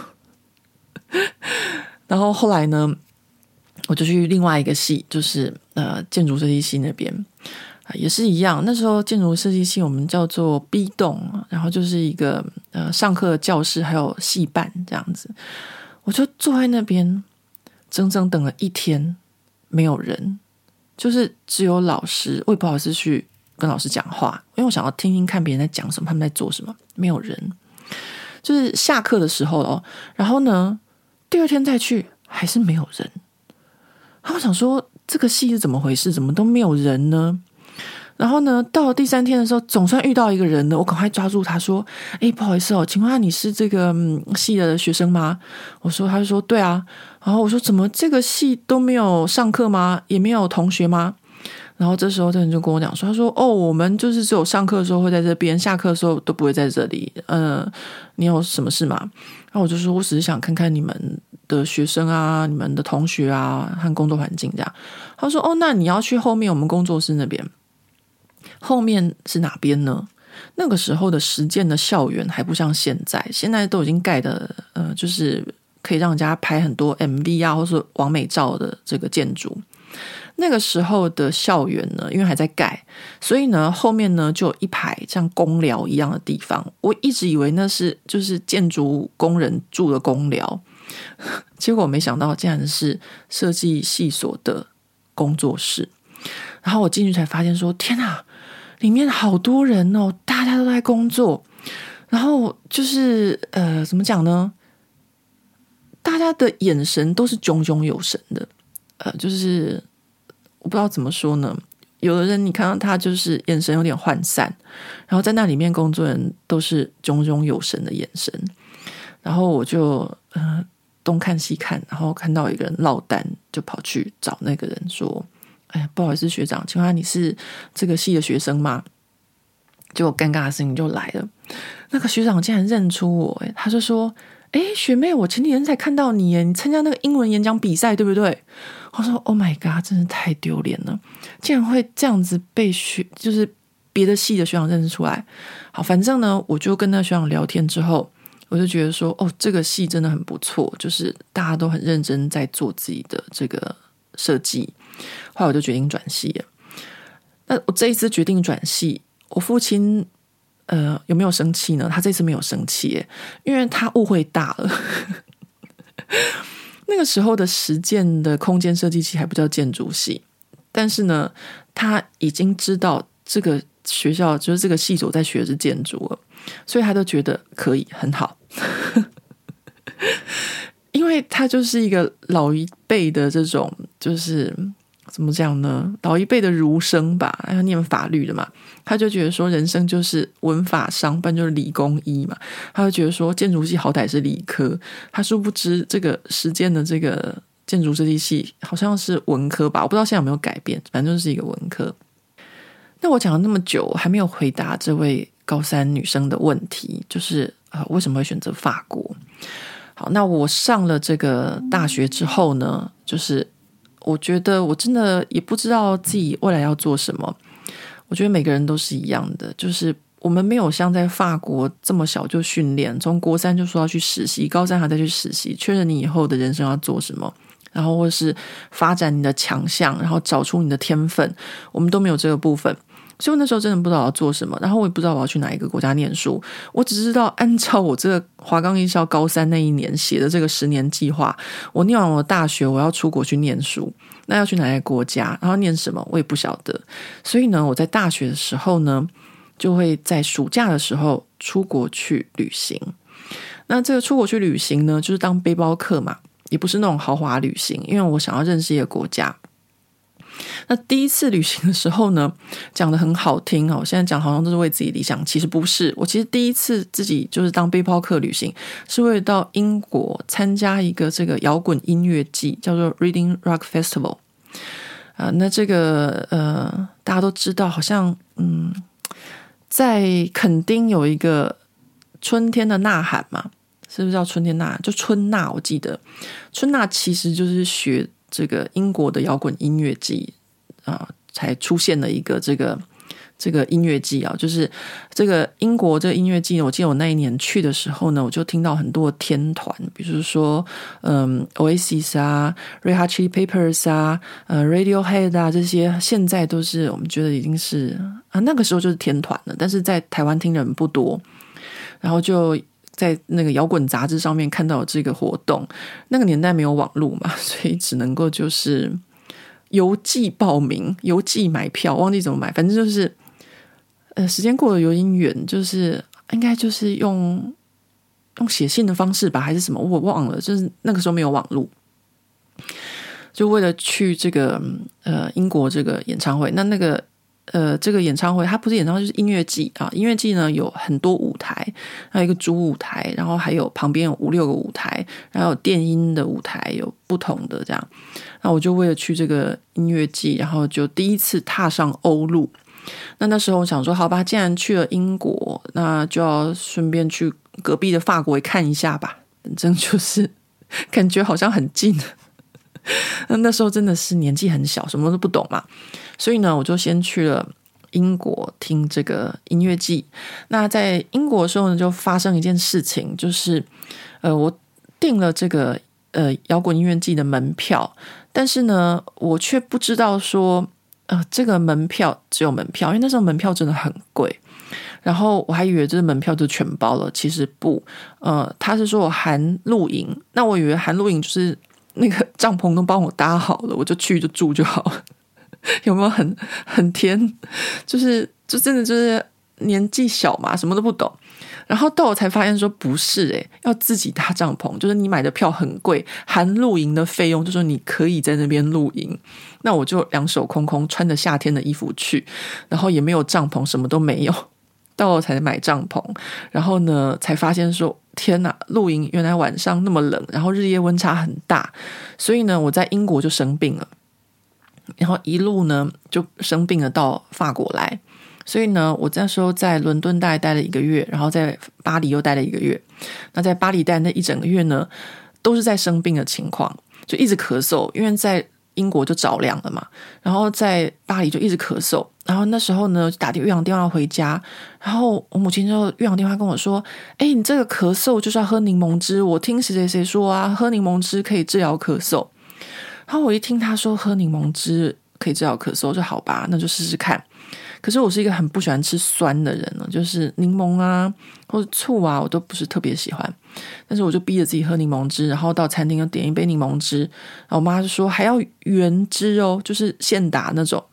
然后后来呢，我就去另外一个系，就是呃建筑设计系那边。 也是一样，那时候建筑设计系我们叫做 B 栋，然后就是一个呃上课的教室还有系办这样子，我就坐在那边整整等了一天，没有人，就是只有老师，我也不好意思去跟老师讲话，因为我想要听听看别人在讲什么，他们在做什么，没有人。就是下课的时候哦，然后呢第二天再去还是没有人，然后我想说这个系是怎么回事，怎么都没有人呢？然后呢到了第三天的时候总算遇到一个人了，我赶快抓住他说，诶不好意思哦，请问你是这个、嗯、系的学生吗？我说，他就说对啊。然后我说怎么这个系都没有上课吗？也没有同学吗？然后这时候这人就跟我讲说，他说哦我们就是只有上课的时候会在这边，下课的时候都不会在这里，呃，你有什么事吗？然后我就说我只是想看看你们的学生啊，你们的同学啊和工作环境这样。他说哦那你要去后面我们工作室那边。后面是哪边呢？那个时候的实践的校园还不像现在，现在都已经盖的呃，就是可以让人家拍很多 M V 啊或是网美照的这个建筑。那个时候的校园呢，因为还在盖，所以呢后面呢就有一排像公寮一样的地方，我一直以为那是就是建筑工人住的公寮，结果我没想到竟然是设计系所的工作室。然后我进去才发现说天哪，里面好多人哦，大家都在工作。然后就是呃怎么讲呢，大家的眼神都是炯炯有神的，呃就是我不知道怎么说呢，有的人你看到他就是眼神有点涣散，然后在那里面工作人都是炯炯有神的眼神。然后我就呃东看西看，然后看到一个人落单，就跑去找那个人说，哎呀不好意思学长，请问你是这个系的学生吗？结果尴尬的事情就来了，那个学长竟然认出我，他就说，哎学妹，我前几天才看到你耶，你参加那个英文演讲比赛对不对？我说 Oh my god， 真是太丢脸了，竟然会这样子被学就是别的系的学长认识出来。好，反正呢我就跟那个学长聊天之后，我就觉得说哦这个系真的很不错，就是大家都很认真在做自己的这个设计。后来我就决定转系了。那我这一次决定转系，我父亲呃有没有生气呢？他这次没有生气耶，因为他误会大了那个时候的实践的空间设计系还不叫建筑系，但是呢他已经知道这个学校就是这个系所在学的是建筑了，所以他就觉得可以很好因为他就是一个老一辈的这种就是怎么讲呢，老一辈的儒生吧，他念法律的嘛，他就觉得说人生就是文法商，不然就是理工医嘛，他就觉得说建筑系好歹是理科，他殊不知这个实践的这个建筑设计系好像是文科吧，我不知道现在有没有改变，反正就是一个文科。那我讲了那么久还没有回答这位高三女生的问题，就是呃为什么会选择法国。好，那我上了这个大学之后呢，就是我觉得我真的也不知道自己未来要做什么。我觉得每个人都是一样的，就是我们没有像在法国这么小就训练，从国三就说要去实习，高三还在去实习，确认你以后的人生要做什么，然后或是发展你的强项，然后找出你的天分，我们都没有这个部分。所以我那时候真的不知道我要做什么，然后我也不知道我要去哪一个国家念书，我只知道按照我这个华冈艺校高三那一年写的这个十年计划，我念完我的大学我要出国去念书，那要去哪一个国家，然后念什么我也不晓得。所以呢我在大学的时候呢就会在暑假的时候出国去旅行。那这个出国去旅行呢就是当背包客嘛，也不是那种豪华旅行，因为我想要认识一个国家。那第一次旅行的时候呢讲得很好听哦，我现在讲好像都是为自己理想，其实不是。我其实第一次自己就是当背包客旅行是为了到英国参加一个这个摇滚音乐季，叫做 Reading Rock Festival、呃、那这个呃大家都知道好像嗯在垦丁有一个春天的呐喊嘛，是不是叫春天呐喊？就春呐，我记得春呐其实就是学这个英国的摇滚音乐季啊、呃，才出现了一个这个这个音乐季啊，就是这个英国这个音乐季，我记得我那一年去的时候呢，我就听到很多天团，比如说嗯 Oasis 啊 Red Hot Chili Peppers 啊呃 Radiohead 啊，这些现在都是我们觉得已经是啊那个时候就是天团了，但是在台湾听的人不多，然后就在那个摇滚杂志上面看到有这个活动，那个年代没有网络嘛，所以只能够就是邮寄报名邮寄买票，忘记怎么买，反正就是呃，时间过得有点远，就是应该就是用用写信的方式吧，还是什么，我忘了。就是那个时候没有网络，就为了去这个呃英国这个演唱会。那那个呃这个演唱会，它不是演唱会，就是音乐季啊。音乐季呢有很多舞台，还有一个主舞台，然后还有旁边有五六个舞台，然后有电音的舞台，有不同的这样。那我就为了去这个音乐季，然后就第一次踏上欧陆。那那时候我想说，好吧，既然去了英国，那就要顺便去隔壁的法国也看一下吧，反正就是感觉好像很近。那那时候真的是年纪很小，什么都不懂嘛，所以呢，我就先去了英国听这个音乐季。那在英国的时候呢，就发生一件事情，就是呃，我订了这个呃摇滚音乐季的门票，但是呢，我却不知道说。呃，这个门票只有门票，因为那时候门票真的很贵，然后我还以为这门票就全包了，其实不，呃，他是说我含露营，那我以为含露营就是那个帐篷都帮我搭好了，我就去就住就好了，有没有很很甜？就是就真的就是年纪小嘛，什么都不懂。然后到我才发现说不是诶、欸、要自己搭帐篷，就是你买的票很贵，含露营的费用，就说你可以在那边露营。那我就两手空空，穿着夏天的衣服去，然后也没有帐篷，什么都没有。到我才买帐篷，然后呢才发现说天哪，露营原来晚上那么冷，然后日夜温差很大，所以呢我在英国就生病了，然后一路呢就生病了到法国来。所以呢，我那时候在伦敦大概待了一个月，然后在巴黎又待了一个月。那在巴黎待那一整个月呢，都是在生病的情况，就一直咳嗽，因为在英国就着凉了嘛，然后在巴黎就一直咳嗽。然后那时候呢，就打电话电话回家，然后我母亲就越洋电话跟我说：“哎，你这个咳嗽就是要喝柠檬汁，我听谁谁谁说啊，喝柠檬汁可以治疗咳嗽。”然后我一听他说喝柠檬汁可以治疗咳嗽，就好吧，那就试试看。可是我是一个很不喜欢吃酸的人了，就是柠檬啊或者醋啊我都不是特别喜欢，但是我就逼着自己喝柠檬汁，然后到餐厅又点一杯柠檬汁，然后我妈就说还要原汁哦，就是现打那种。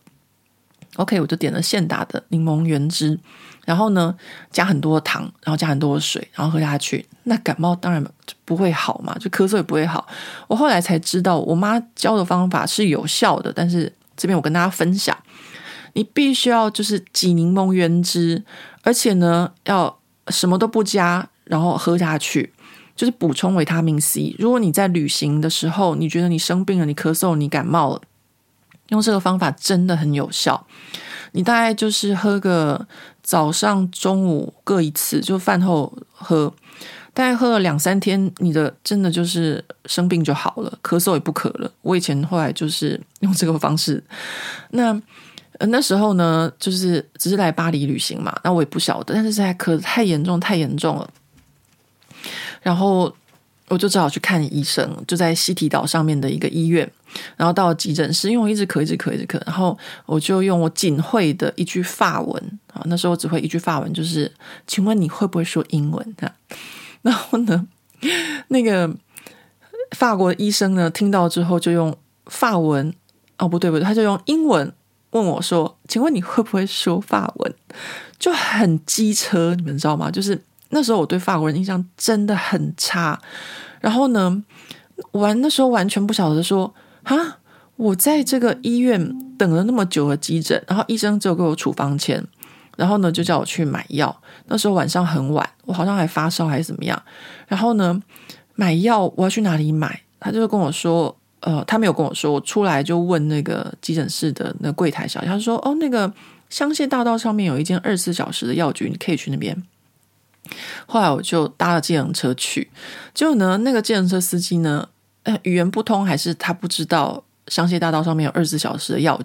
OK， 我就点了现打的柠檬原汁，然后呢加很多糖，然后加很多水，然后喝下去，那感冒当然不会好嘛，就咳嗽也不会好。我后来才知道我妈教的方法是有效的，但是这边我跟大家分享，你必须要就是挤柠檬原汁，而且呢要什么都不加，然后喝下去，就是补充维他命 C。 如果你在旅行的时候你觉得你生病了，你咳嗽，你感冒了，用这个方法真的很有效。你大概就是喝个早上中午各一次，就饭后喝，大概喝了两三天，你的真的就是生病就好了，咳嗽也不咳了。我以前后来就是用这个方式。那呃，那时候呢就是只是来巴黎旅行嘛，那我也不晓得，但是实在咳太严重太严重了，然后我就只好去看医生，就在西堤岛上面的一个医院，然后到急诊室，因为我一直咳一直咳一直咳，然后我就用我仅会的一句法文啊，那时候我只会一句法文，就是请问你会不会说英文啊？然后呢那个法国的医生呢听到之后就用法文，哦不对不对，他就用英文问我说请问你会不会说法文，就很机车，你们知道吗？就是那时候我对法国人印象真的很差，然后呢我那时候完全不晓得说哈，我在这个医院等了那么久的急诊，然后医生只有给我处方签，然后呢就叫我去买药，那时候晚上很晚，我好像还发烧还是怎么样，然后呢买药我要去哪里买，他就跟我说呃，他没有跟我说，我出来就问那个急诊室的那个柜台小姐，他说哦那个香榭大道上面有一间二十四小时的药局，你可以去那边。后来我就搭了计程车去，结果呢那个计程车司机呢、呃、语言不通，还是他不知道香榭大道上面有二十四小时的药局，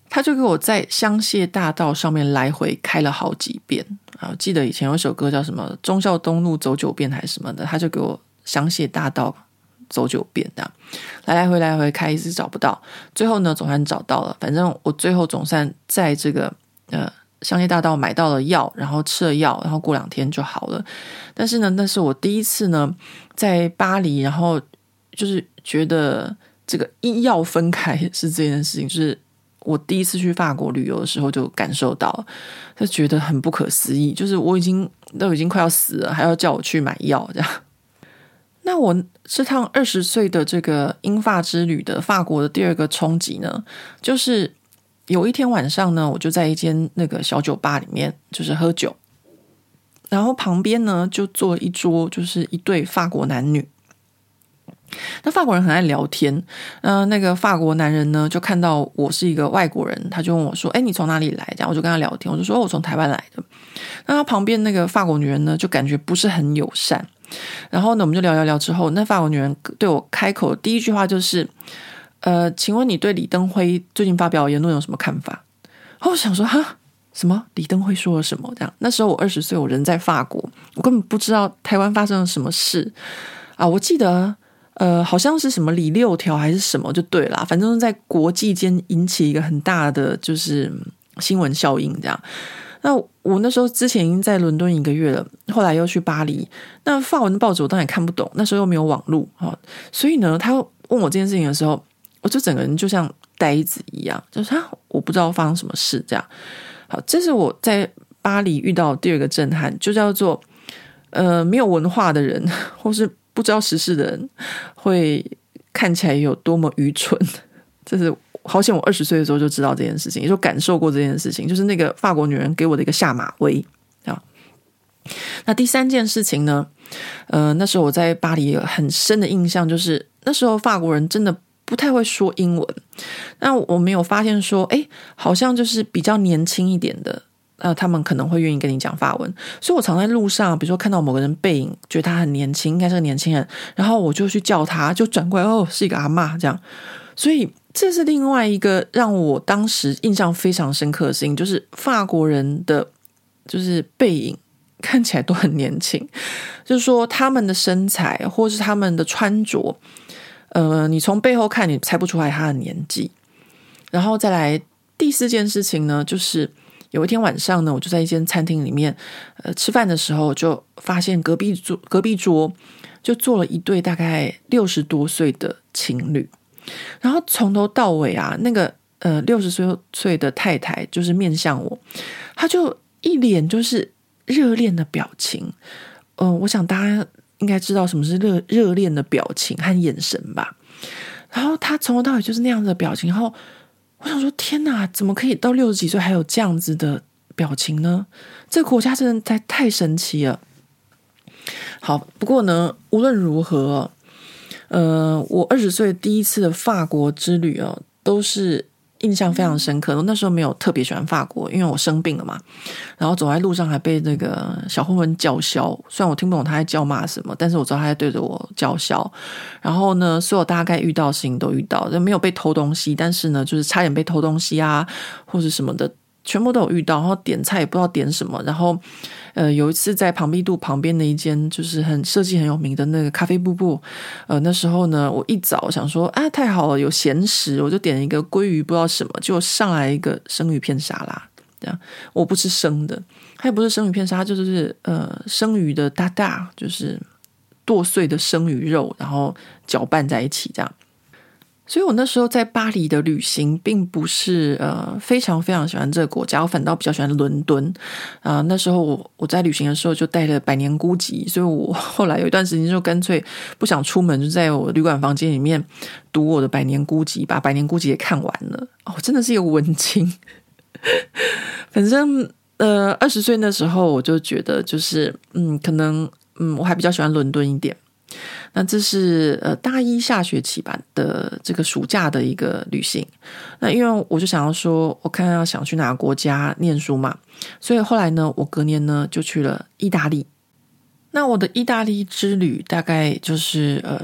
他就给我在香榭大道上面来回开了好几遍啊！记得以前有一首歌叫什么忠孝东路走九遍还是什么的，他就给我香榭大道走九遍这样，来来回来回开一直找不到，最后呢总算找到了。反正我最后总算在这个呃香榭大道买到了药，然后吃了药，然后过两天就好了。但是呢，那是我第一次呢在巴黎，然后就是觉得这个医药分开是这件事情，就是我第一次去法国旅游的时候就感受到，就觉得很不可思议，就是我已经都已经快要死了，还要叫我去买药这样。那我这趟二十岁的这个英法之旅的法国的第二个冲击呢，就是有一天晚上呢，我就在一间那个小酒吧里面就是喝酒，然后旁边呢就坐了一桌，就是一对法国男女。那法国人很爱聊天，呃，那个法国男人呢就看到我是一个外国人，他就问我说：“哎，你从哪里来？”这样我就跟他聊天，我就说：“哦，我从台湾来的。”那他旁边那个法国女人呢，就感觉不是很友善。然后呢，我们就聊聊聊之后，那法国女人对我开口的第一句话就是：“呃，请问你对李登辉最近发表的言论有什么看法？”然后我想说：“哈，什么？李登辉说了什么？”这样，那时候我二十岁，我人在法国，我根本不知道台湾发生了什么事啊！我记得。呃，好像是什么李六条还是什么就对啦，反正在国际间引起一个很大的就是新闻效应这样。那我那时候之前已经在伦敦一个月了，后来又去巴黎，那法文的报纸我当然看不懂，那时候又没有网络、哦、所以呢他问我这件事情的时候，我就整个人就像呆子一样，就是啊，我不知道发生什么事这样。好，这是我在巴黎遇到第二个震撼，就叫做呃没有文化的人或是不知道时事的人会看起来有多么愚蠢。这是好险我二十岁的时候就知道这件事情，也就感受过这件事情，就是那个法国女人给我的一个下马威啊。那第三件事情呢，呃，那时候我在巴黎有很深的印象，就是那时候法国人真的不太会说英文。那我没有发现说，哎，好像就是比较年轻一点的呃，他们可能会愿意跟你讲法文，所以我常在路上，比如说看到某个人背影，觉得他很年轻，应该是个年轻人，然后我就去叫他，就转过来，哦，是一个阿嬷这样。所以这是另外一个让我当时印象非常深刻的事情，就是法国人的就是背影看起来都很年轻，就是说他们的身材或是他们的穿着，呃，你从背后看你猜不出来他的年纪。然后再来第四件事情呢，就是有一天晚上呢，我就在一间餐厅里面，呃，吃饭的时候就发现隔壁桌隔壁桌就坐了一对大概六十多岁的情侣，然后从头到尾啊，那个呃六十岁的太太就是面向我，她就一脸就是热恋的表情。嗯、呃，我想大家应该知道什么是热热恋的表情和眼神吧。然后她从头到尾就是那样子的表情，然后。我想说，天哪，怎么可以到六十几岁还有这样子的表情呢？这个国家真的太太神奇了。好，不过呢，无论如何，呃，我二十岁第一次的法国之旅哦，都是印象非常深刻。我那时候没有特别喜欢法国，因为我生病了嘛，然后走在路上还被那个小混混叫嚣，虽然我听不懂他在叫骂什么，但是我知道他在对着我叫嚣。然后呢，所有大概遇到的事情都遇到，没有被偷东西，但是呢，就是差点被偷东西啊，或者什么的，全部都有遇到。然后点菜也不知道点什么，然后呃，有一次在庞毕度旁边的一间就是很设计很有名的那个咖啡布布，呃，那时候呢，我一早想说啊，太好了，有咸食，我就点了一个鲑鱼不知道什么，结果上来一个生鱼片沙拉，这样我不吃生的，它也不是生鱼片沙拉，就是呃生鱼的大大，就是剁碎的生鱼肉，然后搅拌在一起这样。所以我那时候在巴黎的旅行并不是呃非常非常喜欢这个国家，我反倒比较喜欢伦敦啊、呃。那时候我我在旅行的时候就带了百年孤寂，所以我后来有一段时间就干脆不想出门，就在我旅馆房间里面读我的百年孤寂，把百年孤寂也看完了。哦，真的是一个文青。反正呃二十岁那时候我就觉得就是嗯可能嗯我还比较喜欢伦敦一点。那这是呃大一下学期吧的这个暑假的一个旅行。那因为我就想要说，我看要想去哪个国家念书嘛，所以后来呢，我隔年呢就去了意大利。那我的意大利之旅大概就是呃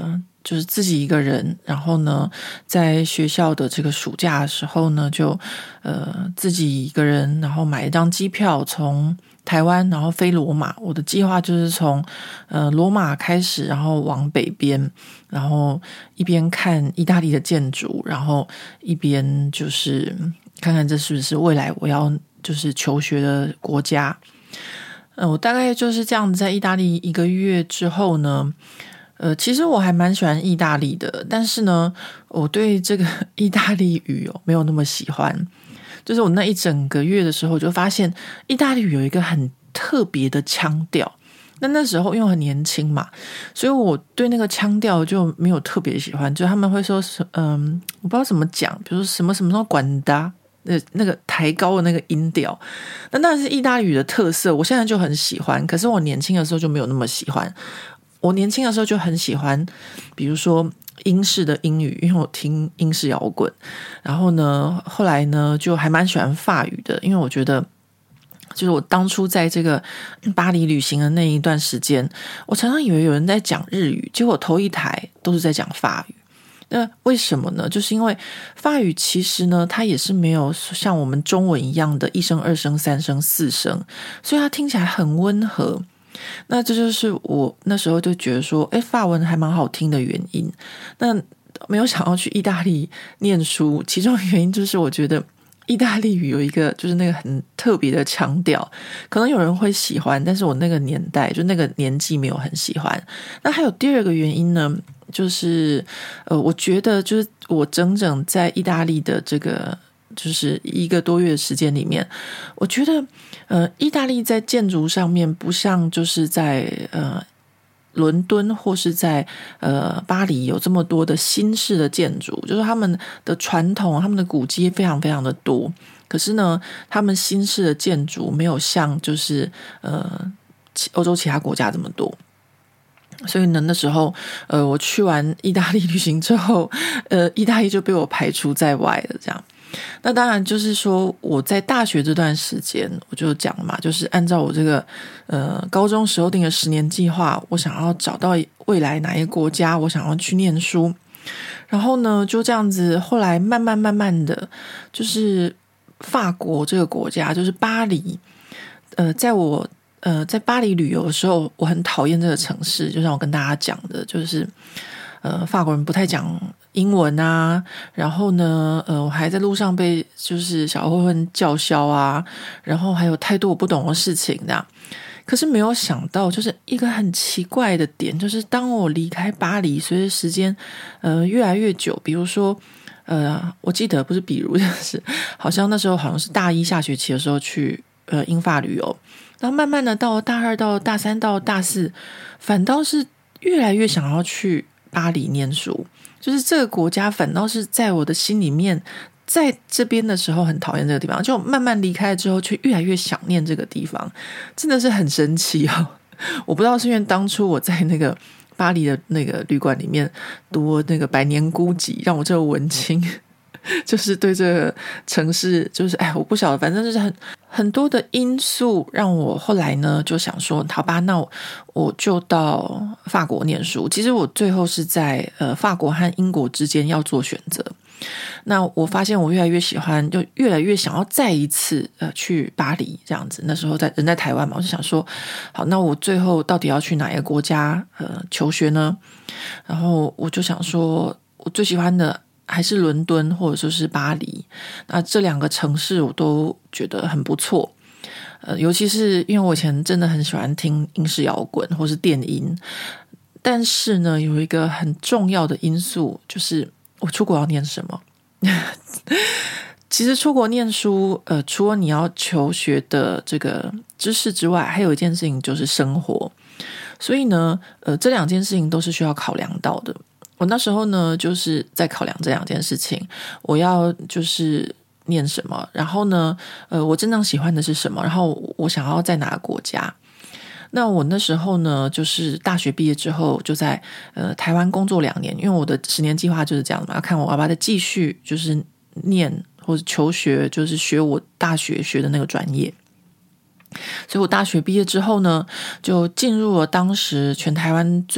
就是自己一个人，然后呢，在学校的这个暑假的时候呢，就呃自己一个人，然后买一张机票从台湾，然后飞罗马。我的计划就是从呃罗马开始，然后往北边，然后一边看意大利的建筑，然后一边就是看看这是不是未来我要就是求学的国家。呃，我大概就是这样子，在意大利一个月之后呢。呃，其实我还蛮喜欢意大利的，但是呢，我对这个意大利语哦没有那么喜欢。就是我那一整个月的时候，就发现意大利语有一个很特别的腔调。那那时候因为我很年轻嘛，所以我对那个腔调就没有特别喜欢。就他们会说，嗯，我不知道怎么讲，比如说什么什么什么管达。那那个抬高的那个音调，那当然是意大利语的特色。我现在就很喜欢，可是我年轻的时候就没有那么喜欢。我年轻的时候就很喜欢，比如说英式的英语，因为我听英式摇滚。然后呢，后来呢，就还蛮喜欢法语的，因为我觉得，就是我当初在这个巴黎旅行的那一段时间，我常常以为有人在讲日语，结果头一台都是在讲法语。那为什么呢？就是因为法语其实呢，它也是没有像我们中文一样的一声、二声、三声、四声，所以它听起来很温和。那这就是我那时候就觉得说，诶，法文还蛮好听的原因。那没有想要去意大利念书，其中原因就是我觉得意大利语有一个就是那个很特别的腔调，可能有人会喜欢，但是我那个年代就那个年纪没有很喜欢。那还有第二个原因呢，就是呃，我觉得就是我整整在意大利的这个就是一个多月的时间里面，我觉得呃，意大利在建筑上面不像就是在呃伦敦或是在呃巴黎有这么多的新式的建筑，就是他们的传统、他们的古迹非常非常的多。可是呢，他们新式的建筑没有像就是呃欧洲其他国家这么多。所以呢，那时候，呃，我去完意大利旅行之后，呃，意大利就被我排除在外了。这样，那当然就是说，我在大学这段时间，我就讲了嘛，就是按照我这个呃高中时候定的十年计划，我想要找到未来哪一个国家，我想要去念书。然后呢，就这样子，后来慢慢慢慢的，就是法国这个国家，就是巴黎，呃，在我。呃，在巴黎旅游的时候，我很讨厌这个城市。就像我跟大家讲的，就是呃，法国人不太讲英文啊。然后呢，呃，我还在路上被就是小混混叫嚣啊。然后还有太多我不懂的事情这样。可是没有想到，就是一个很奇怪的点，就是当我离开巴黎，随着时间呃越来越久，比如说呃，我记得不是，比如就是好像那时候好像是大一下学期的时候去呃英法旅游。然后慢慢的到大二到大三到大四，反倒是越来越想要去巴黎念书。就是这个国家反倒是在我的心里面，在这边的时候很讨厌这个地方，就慢慢离开之后却越来越想念这个地方，真的是很神奇哦。我不知道是因为当初我在那个巴黎的那个旅馆里面读那个百年孤寂，让我这个文青就是对这个城市就是哎，我不晓得，反正就是很很多的因素让我后来呢就想说，好吧，那我我就到法国念书。其实我最后是在呃法国和英国之间要做选择。那我发现我越来越喜欢，就越来越想要再一次呃去巴黎这样子。那时候在人在台湾嘛，我就想说，好，那我最后到底要去哪一个国家呃求学呢？然后我就想说，我最喜欢的还是伦敦或者说是巴黎。那这两个城市我都觉得很不错。呃，尤其是因为我以前真的很喜欢听英式摇滚或是电音，但是呢，有一个很重要的因素就是我出国要念什么。其实出国念书，呃，除了你要求学的这个知识之外，还有一件事情就是生活。所以呢，呃，这两件事情都是需要考量到的。我那时候呢，就是在考量这两件事情，我要就是念什么，然后呢，呃，我真正喜欢的是什么，然后我想要在哪个国家。那我那时候呢，就是大学毕业之后就在呃台湾工作两年，因为我的十年计划就是这样嘛，要看我要不要再继续就是念或者求学，就是学我大学学的那个专业。所以我大学毕业之后呢，就进入了当时全台湾最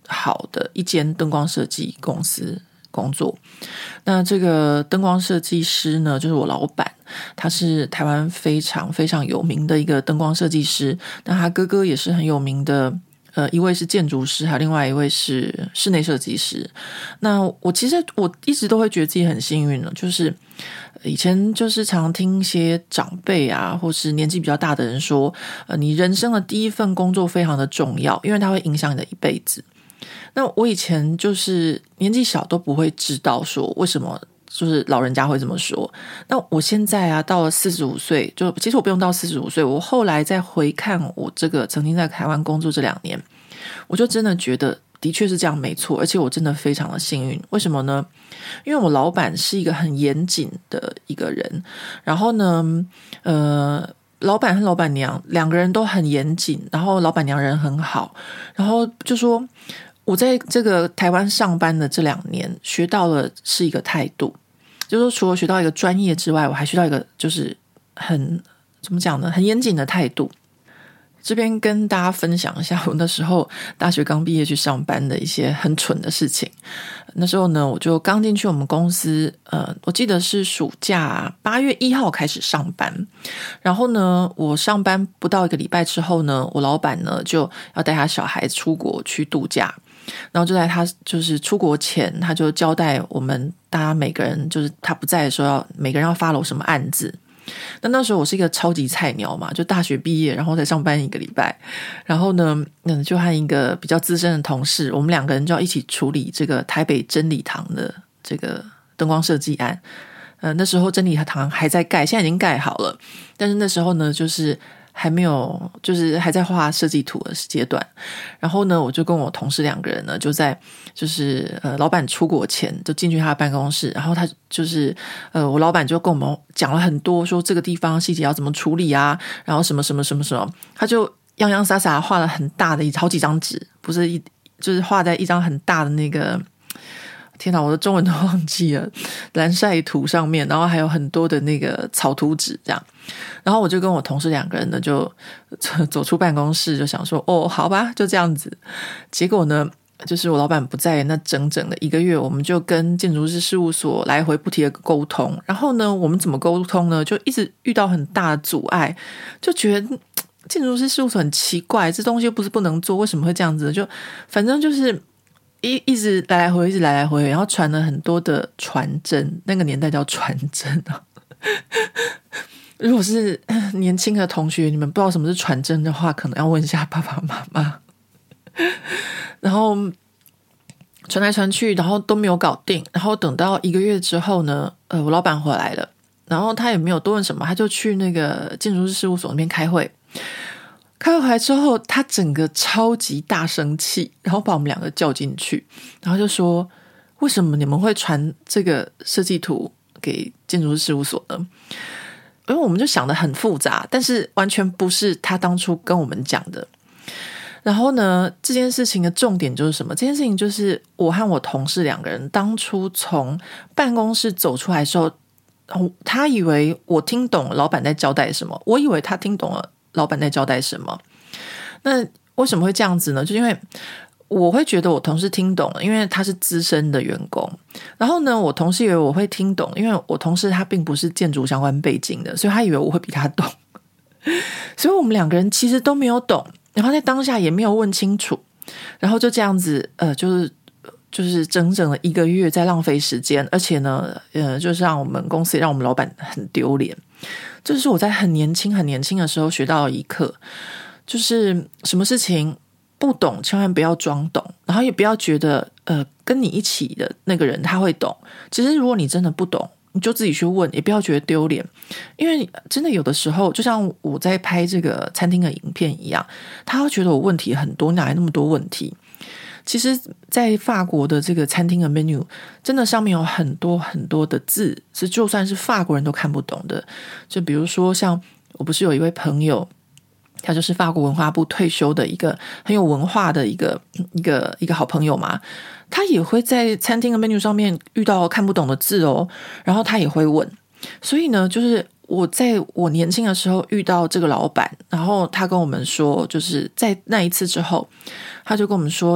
好的一间灯光设计公司工作。那这个灯光设计师呢，就是我老板，他是台湾非常非常有名的一个灯光设计师。那他哥哥也是很有名的，呃，一位是建筑师，还有另外一位是室内设计师。那我其实我一直都会觉得自己很幸运了，就是以前就是常听一些长辈啊，或是年纪比较大的人说，呃，你人生的第一份工作非常的重要，因为它会影响你的一辈子。那我以前就是年纪小都不会知道说为什么就是老人家会这么说。那我现在啊到了四十五岁，就其实我不用到四十五岁，我后来再回看我这个曾经在台湾工作这两年，我就真的觉得的确是这样没错，而且我真的非常的幸运。为什么呢？因为我老板是一个很严谨的一个人，然后呢呃老板和老板娘两个人都很严谨，然后老板娘人很好，然后就说我在这个台湾上班的这两年学到了是一个态度，就是说除了学到一个专业之外，我还学到一个就是很怎么讲呢，很严谨的态度。这边跟大家分享一下我那时候大学刚毕业去上班的一些很蠢的事情。那时候呢，我就刚进去我们公司，呃，我记得是暑假八月一号开始上班。然后呢，我上班不到一个礼拜之后呢，我老板呢就要带他小孩出国去度假。然后就在他就是出国前，他就交代我们大家每个人，就是他不在的时候要每个人要 follow 什么案子。那那时候我是一个超级菜鸟嘛，就大学毕业然后才上班一个礼拜，然后呢嗯，就和一个比较资深的同事，我们两个人就要一起处理这个台北真理堂的这个灯光设计案。呃，那时候真理堂还在盖，现在已经盖好了，但是那时候呢就是还没有，就是还在画设计图的阶段。然后呢，我就跟我同事两个人呢，就在就是呃老板出国前就进去他的办公室，然后他就是呃我老板就跟我们讲了很多，说这个地方细节要怎么处理啊，然后什么什么什么什么，他就洋洋洒洒画了很大的好几张纸，不是一就是画在一张很大的那个。天哪，我的中文都忘记了，蓝晒图上面，然后还有很多的那个草图纸这样。然后我就跟我同事两个人呢就走出办公室，就想说哦好吧就这样子。结果呢就是我老板不在那整整的一个月，我们就跟建筑师事务所来回不停的沟通。然后呢我们怎么沟通呢，就一直遇到很大的阻碍，就觉得建筑师事务所很奇怪，这东西又不是不能做，为什么会这样子，就反正就是一一直来来回回，一直来来回回，然后传了很多的传真，那个年代叫传真啊。如果是年轻的同学，你们不知道什么是传真的话，可能要问一下爸爸妈妈。然后传来传去，然后都没有搞定。然后等到一个月之后呢，呃，我老板回来了，然后他也没有多问什么，他就去那个建筑师事务所那边开会。开回来之后，他整个超级大生气，然后把我们两个叫进去，然后就说：“为什么你们会传这个设计图给建筑师事务所呢？”因为我们就想得很复杂，但是完全不是他当初跟我们讲的。然后呢，这件事情的重点就是什么？这件事情就是我和我同事两个人当初从办公室走出来的时候，他以为我听懂了老板在交代什么，我以为他听懂了老板在交代什么。那为什么会这样子呢？就因为我会觉得我同事听懂了，因为他是资深的员工。然后呢，我同事以为我会听懂，因为我同事他并不是建筑相关背景的，所以他以为我会比他懂。所以我们两个人其实都没有懂，然后在当下也没有问清楚，然后就这样子呃，就是就是整整的一个月在浪费时间，而且呢呃，就是让我们公司也让我们老板很丢脸。这是我在很年轻很年轻的时候学到的一课，就是什么事情不懂千万不要装懂，然后也不要觉得呃跟你一起的那个人他会懂。其实如果你真的不懂，你就自己去问，也不要觉得丢脸。因为真的有的时候就像我在拍这个餐厅的影片一样，他会觉得我问题很多，哪来那么多问题。其实在法国的这个餐厅的 menu 真的上面有很多很多的字是就算是法国人都看不懂的。就比如说像我不是有一位朋友，他就是法国文化部退休的一个很有文化的一个一个一个好朋友嘛，他也会在餐厅的 menu 上面遇到看不懂的字哦，然后他也会问。所以呢就是我在我年轻的时候遇到这个老板，然后他跟我们说，就是在那一次之后他就跟我们说，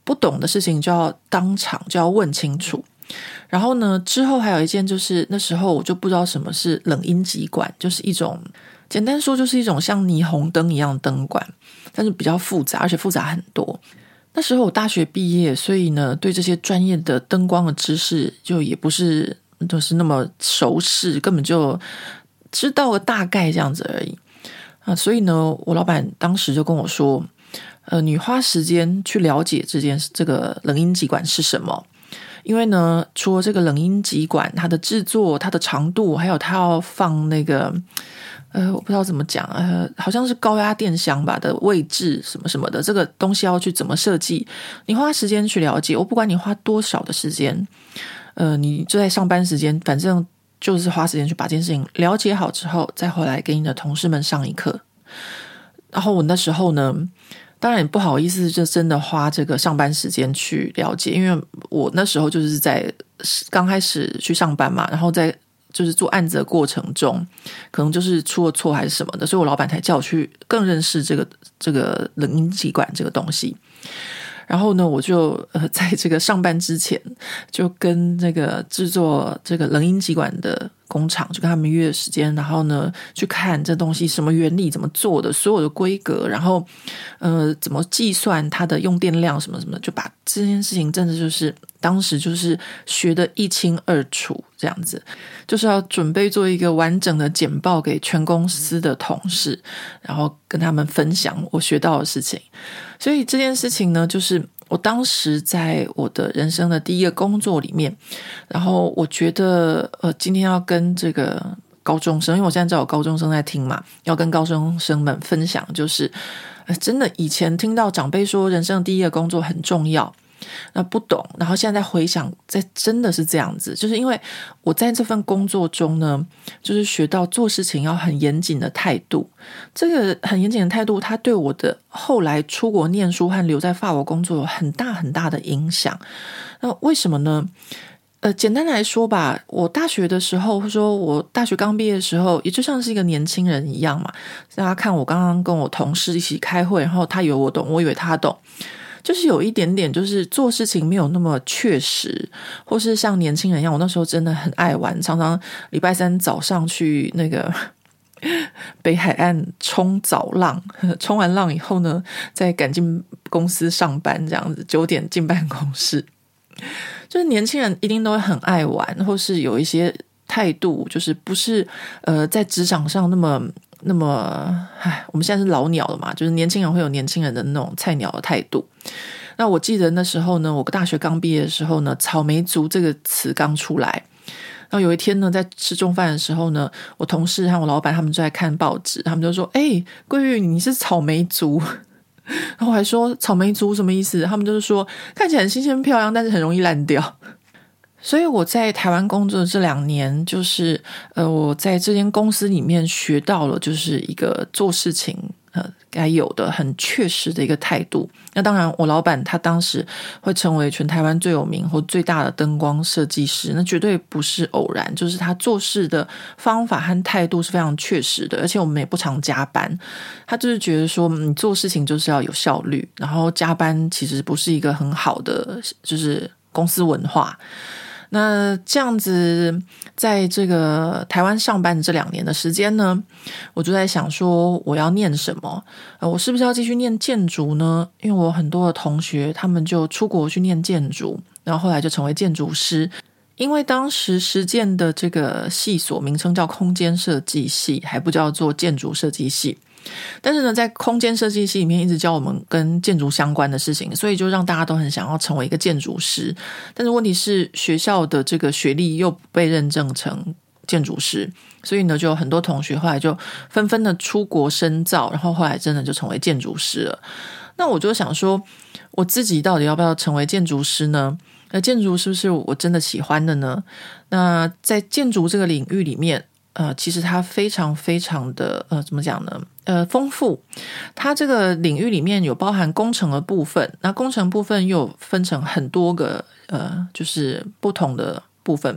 不懂的事情就要当场就要问清楚。然后呢，之后还有一件就是那时候我就不知道什么是冷阴极管，就是一种简单说就是一种像霓虹灯一样的灯管，但是比较复杂，而且复杂很多。那时候我大学毕业，所以呢对这些专业的灯光的知识就也不是就是那么熟识，根本就知道个大概这样子而已啊。所以呢我老板当时就跟我说，呃，你花时间去了解这件这个冷阴极管是什么，因为呢除了这个冷阴极管它的制作、它的长度，还有它要放那个呃，我不知道怎么讲，呃，好像是高压电箱吧的位置什么什么的，这个东西要去怎么设计，你花时间去了解，我不管你花多少的时间，呃，你就在上班时间，反正就是花时间去把这件事情了解好之后，再回来给你的同事们上一课。然后我那时候呢，当然也不好意思就真的花这个上班时间去了解，因为我那时候就是在刚开始去上班嘛，然后在就是做案子的过程中可能就是出了错还是什么的，所以我老板才叫我去更认识这个这个冷阴极管这个东西。然后呢我就呃在这个上班之前就跟这个制作这个冷阴极管的工厂就跟他们约时间，然后呢去看这东西什么原理怎么做的，所有的规格，然后呃怎么计算它的用电量什么什么，就把这件事情真的就是当时就是学得一清二楚，这样子就是要准备做一个完整的简报给全公司的同事，然后跟他们分享我学到的事情。所以这件事情呢，就是我当时在我的人生的第一个工作里面，然后我觉得呃，今天要跟这个高中生，因为我现在知道有高中生在听嘛，要跟高中生们分享，就是呃，真的以前听到长辈说人生的第一个工作很重要，那不懂，然后现在回想，在真的是这样子，就是因为我在这份工作中呢，就是学到做事情要很严谨的态度。这个很严谨的态度，它对我的后来出国念书和留在法国工作有很大很大的影响。那为什么呢？呃，简单来说吧，我大学的时候，或者说我大学刚毕业的时候，也就像是一个年轻人一样嘛。大家看我刚刚跟我同事一起开会，然后他以为我懂，我以为他懂。就是有一点点就是做事情没有那么确实，或是像年轻人一样，我那时候真的很爱玩，常常礼拜三早上去那个北海岸冲早浪，冲完浪以后呢再赶进公司上班，这样子九点进办公室。就是年轻人一定都会很爱玩，或是有一些态度就是不是呃在职场上那么那么唉，我们现在是老鸟了嘛，就是年轻人会有年轻人的那种菜鸟的态度。那我记得那时候呢，我大学刚毕业的时候呢，草莓族这个词刚出来。然后有一天呢，在吃中饭的时候呢，我同事和我老板他们就在看报纸，他们就说：“哎，桂玉，你是草莓族。”然后我还说：“草莓族什么意思？”他们就是说看起来很新鲜漂亮，但是很容易烂掉。所以我在台湾工作的这两年，就是呃，我在这间公司里面学到了，就是一个做事情呃该有的很确实的一个态度。那当然，我老板他当时会成为全台湾最有名或最大的灯光设计师，那绝对不是偶然，就是他做事的方法和态度是非常确实的，而且我们也不常加班。他就是觉得说，你做事情就是要有效率，然后加班其实不是一个很好的，就是公司文化。那这样子在这个台湾上班的这两年的时间呢，我就在想说我要念什么、呃、我是不是要继续念建筑呢？因为我很多的同学他们就出国去念建筑，然后后来就成为建筑师。因为当时实践的这个系所名称叫空间设计系，还不叫做建筑设计系。但是呢，在空间设计系里面一直教我们跟建筑相关的事情，所以就让大家都很想要成为一个建筑师。但是问题是学校的这个学历又不被认证成建筑师，所以呢就有很多同学后来就纷纷的出国深造，然后后来真的就成为建筑师了。那我就想说我自己到底要不要成为建筑师呢？那建筑是不是我真的喜欢的呢？那在建筑这个领域里面呃，其实它非常非常的呃，怎么讲呢？呃，丰富。它这个领域里面有包含工程的部分，那工程部分又分成很多个呃，就是不同的部分。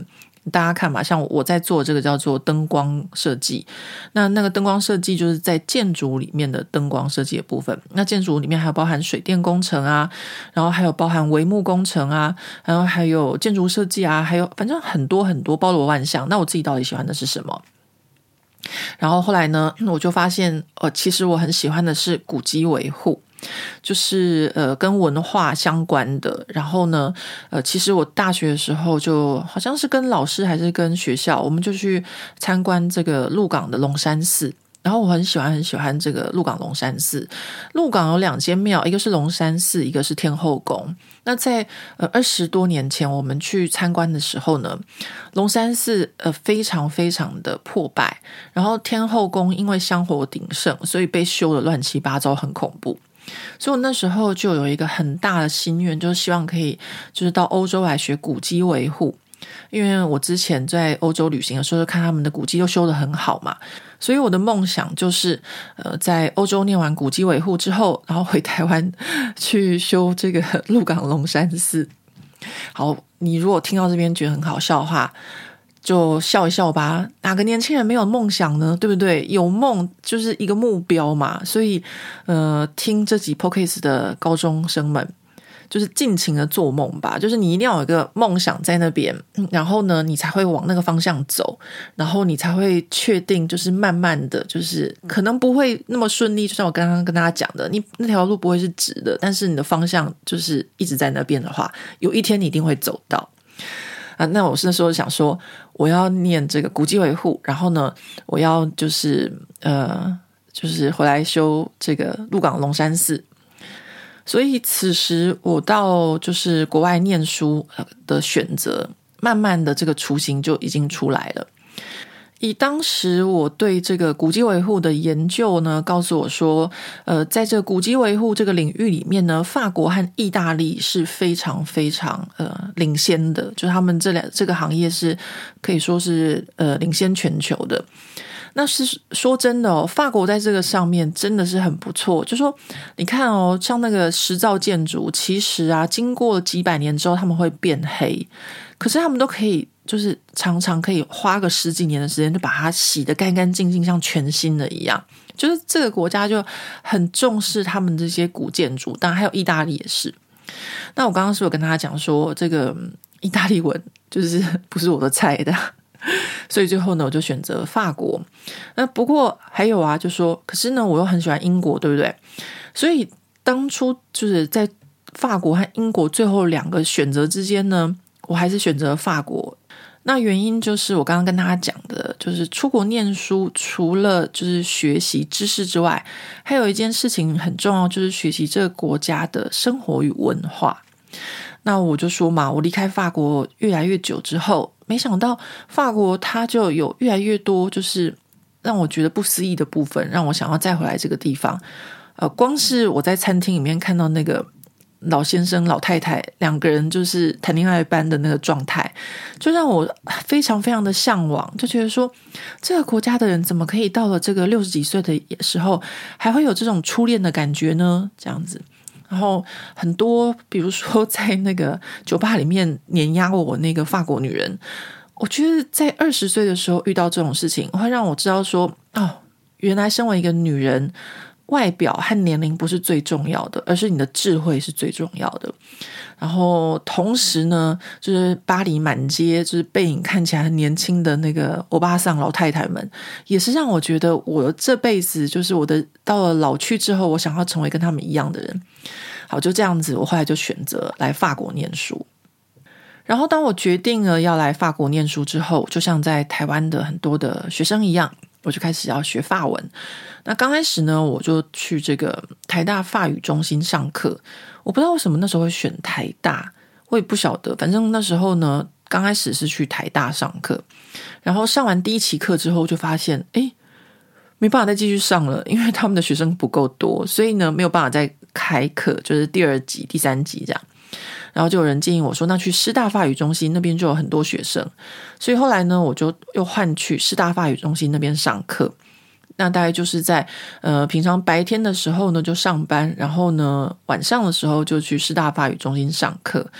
大家看嘛，像我在做这个叫做灯光设计，那那个灯光设计就是在建筑里面的灯光设计的部分，那建筑里面还有包含水电工程啊，然后还有包含帷幕工程啊，然后还有建筑设计啊，还有反正很多很多包罗万象。那我自己到底喜欢的是什么？然后后来呢，我就发现呃，其实我很喜欢的是古迹维护，就是呃跟文化相关的。然后呢呃其实我大学的时候就好像是跟老师还是跟学校，我们就去参观这个鹿港的龙山寺。然后我很喜欢很喜欢这个鹿港龙山寺。鹿港有两间庙，一个是龙山寺，一个是天后宫。那在呃二十多年前我们去参观的时候呢，龙山寺呃非常非常的破败，然后天后宫因为香火鼎盛，所以被修得乱七八糟，很恐怖。所以我那时候就有一个很大的心愿，就是希望可以就是到欧洲来学古迹维护。因为我之前在欧洲旅行的时候就看他们的古迹都修得很好嘛，所以我的梦想就是呃，在欧洲念完古迹维护之后，然后回台湾去修这个鹿港龙山寺。好，你如果听到这边觉得很好笑的话，就笑一笑吧。哪个年轻人没有梦想呢？对不对？有梦就是一个目标嘛。所以呃，听这集 Podcast 的高中生们，就是尽情的做梦吧，就是你一定要有一个梦想在那边，然后呢你才会往那个方向走，然后你才会确定就是慢慢的就是可能不会那么顺利，就像我刚刚跟大家讲的，你那条路不会是直的，但是你的方向就是一直在那边的话，有一天你一定会走到啊。那我那时候想说我要念这个古迹维护，然后呢我要就是呃就是回来修这个鹿港龙山寺。所以此时我到就是国外念书的选择，慢慢的这个雏形就已经出来了。以当时我对这个古迹维护的研究呢，告诉我说呃，在这个古迹维护这个领域里面呢，法国和意大利是非常非常呃领先的，就是他们这两这个行业是可以说是呃领先全球的。那是说真的哦，法国在这个上面真的是很不错。就说你看哦，像那个石造建筑，其实啊，经过几百年之后他们会变黑，可是他们都可以就是常常可以花个十几年的时间就把它洗得干干净净，像全新的一样。就是这个国家就很重视他们这些古建筑，当然还有意大利也是。那我刚刚是有跟大家讲说，这个意大利文就是不是我的菜的。所以最后呢我就选择法国。那不过还有啊，就说可是呢我又很喜欢英国，对不对？所以当初就是在法国和英国最后两个选择之间呢，我还是选择法国。那原因就是我刚刚跟大家讲的，就是出国念书除了就是学习知识之外，还有一件事情很重要，就是学习这个国家的生活与文化。那我就说嘛，我离开法国越来越久之后，没想到法国它就有越来越多就是让我觉得不思议的部分，让我想要再回来这个地方。呃，光是我在餐厅里面看到那个老先生老太太两个人就是谈恋爱般的那个状态，就让我非常非常的向往，就觉得说这个国家的人怎么可以到了这个六十几岁的时候还会有这种初恋的感觉呢？这样子。然后很多比如说在那个酒吧里面碾压我那个法国女人，我觉得在二十岁的时候遇到这种事情，会让我知道说哦，原来身为一个女人，外表和年龄不是最重要的，而是你的智慧是最重要的。然后同时呢，就是巴黎满街就是背影看起来很年轻的那个欧巴桑老太太们，也是让我觉得我这辈子就是我的到了老去之后，我想要成为跟他们一样的人。好，就这样子，我后来就选择来法国念书。然后当我决定了要来法国念书之后，就像在台湾的很多的学生一样，我就开始要学法文。那刚开始呢，我就去这个台大法语中心上课。我不知道为什么那时候会选台大，我也不晓得。反正那时候呢，刚开始是去台大上课，然后上完第一期课之后，就发现诶没办法再继续上了，因为他们的学生不够多，所以呢没有办法再开课，就是第二级、第三级这样。然后就有人建议我说，那去师大法语中心那边就有很多学生，所以后来呢，我就又换去师大法语中心那边上课。那大概就是在呃平常白天的时候呢就上班，然后呢晚上的时候就去师大法语中心上课。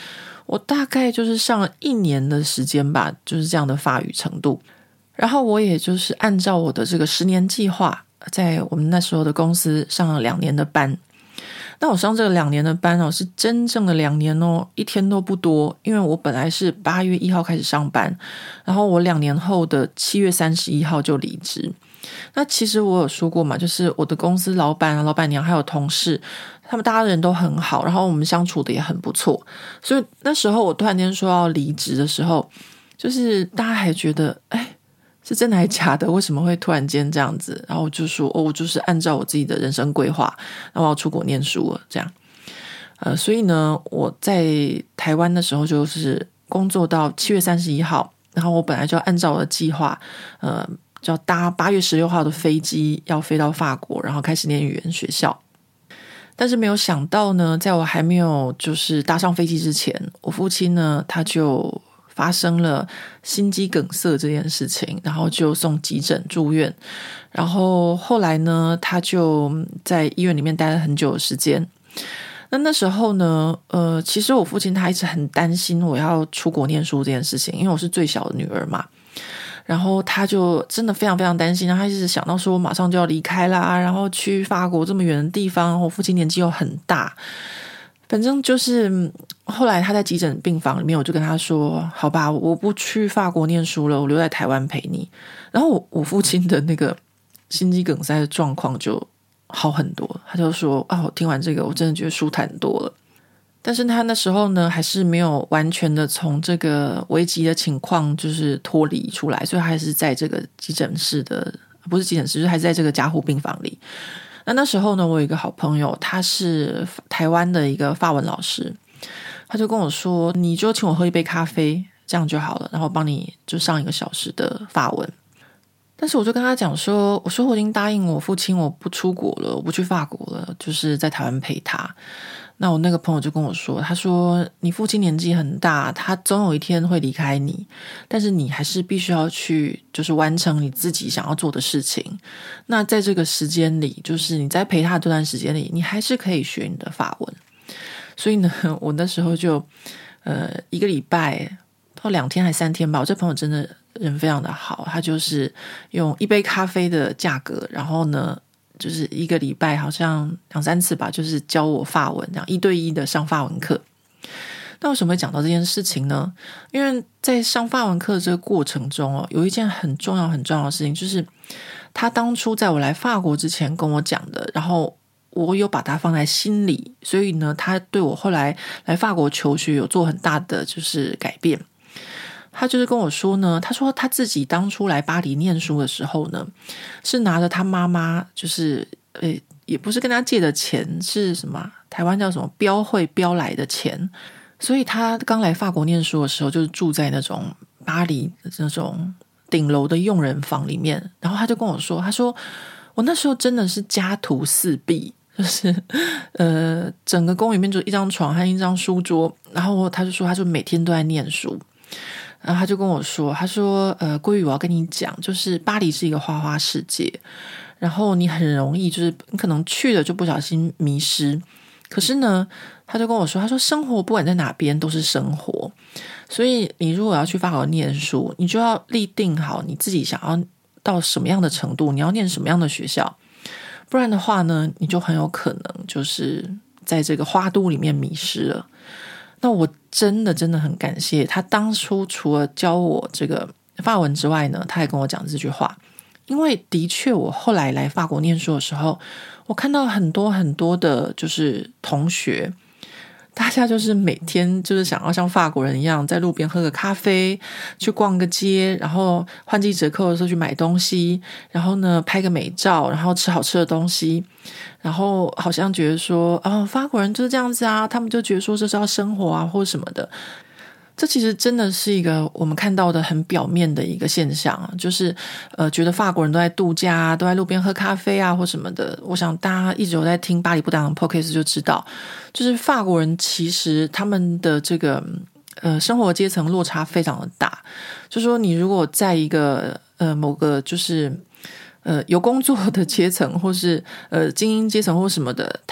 我大概就是上了一年的时间吧，就是这样的法语程度。然后我也就是按照我的这个十年计划，在我们那时候的公司上了两年的班。那我上这个两年的班哦，是真正的两年哦，一天都不多。因为我本来是八月一号开始上班，然后我两年后的七月三十一号就离职。那其实我有说过嘛，就是我的公司老板啊、老板娘还有同事，他们大家人都很好，然后我们相处的也很不错。所以那时候我突然间说要离职的时候，就是大家还觉得，哎。是真的还是假的？为什么会突然间这样子？然后我就说，哦，我就是按照我自己的人生规划，然后我要出国念书了，这样。呃，所以呢，我在台湾的时候就是工作到七月三十一号，然后我本来就要按照我的计划，呃，就要搭八月十六号的飞机，要飞到法国，然后开始念语言学校。但是没有想到呢，在我还没有就是搭上飞机之前，我父亲呢，他就发生了心肌梗塞这件事情，然后就送急诊住院，然后后来呢，他就在医院里面待了很久的时间。那那时候呢，呃，其实我父亲他一直很担心我要出国念书这件事情，因为我是最小的女儿嘛。然后他就真的非常非常担心，然后他一直想到说我马上就要离开啦，然后去法国这么远的地方，我父亲年纪又很大。反正就是后来他在急诊病房里面，我就跟他说好吧，我不去法国念书了，我留在台湾陪你。然后 我, 我父亲的那个心肌梗塞的状况就好很多，他就说啊，我听完这个我真的觉得舒坦多了。但是他那时候呢还是没有完全的从这个危急的情况就是脱离出来，所以他还是在这个急诊室的，不是急诊室，就是还是在这个加护病房里。那那时候呢，我有一个好朋友，他是台湾的一个法文老师，他就跟我说，你就请我喝一杯咖啡，这样就好了，然后帮你就上一个小时的法文。但是我就跟他讲说，我说我已经答应我父亲我不出国了，我不去法国了，就是在台湾陪他。那我那个朋友就跟我说，他说你父亲年纪很大，他总有一天会离开你，但是你还是必须要去就是完成你自己想要做的事情。那在这个时间里，就是你在陪他这段时间里，你还是可以学你的法文。所以呢，我那时候就呃一个礼拜到两天还三天吧，我这朋友真的人非常的好，他就是用一杯咖啡的价格，然后呢就是一个礼拜好像两三次吧，就是教我法文，这样一对一的上法文课。那为什么会讲到这件事情呢？因为在上法文课的这个过程中哦，有一件很重要很重要的事情，就是他当初在我来法国之前跟我讲的，然后我有把它放在心里，所以呢，他对我后来来法国求学有做很大的就是改变。他就是跟我说呢，他说他自己当初来巴黎念书的时候呢，是拿着他妈妈就是呃，也不是跟他借的钱，是什么台湾叫什么标会标来的钱，所以他刚来法国念书的时候，就是住在那种巴黎那种顶楼的佣人房里面。然后他就跟我说，他说我那时候真的是家徒四壁，就是呃，整个公寓里面就一张床和一张书桌，然后他就说他就每天都在念书。然后他就跟我说，他说呃，桂玉我要跟你讲，就是巴黎是一个花花世界，然后你很容易就是你可能去了就不小心迷失，可是呢他就跟我说，他说生活不管在哪边都是生活，所以你如果要去法国念书，你就要立定好你自己想要到什么样的程度，你要念什么样的学校，不然的话呢你就很有可能就是在这个花都里面迷失了。那我真的真的很感谢他当初除了教我这个法文之外呢，他还跟我讲这句话。因为的确我后来来法国念书的时候，我看到很多很多的就是同学，大家就是每天就是想要像法国人一样在路边喝个咖啡，去逛个街，然后换季折扣的时候去买东西，然后呢拍个美照，然后吃好吃的东西，然后好像觉得说哦，法国人就是这样子啊，他们就觉得说这是要生活啊或什么的。这其实真的是一个我们看到的很表面的一个现象啊，就是呃，觉得法国人都在度假啊，都在路边喝咖啡啊或什么的。我想大家一直有在听巴黎不打烊 podcast 就知道，就是法国人其实他们的这个呃生活阶层落差非常的大。就说你如果在一个呃某个就是呃有工作的阶层，或是呃精英阶层或什么的，他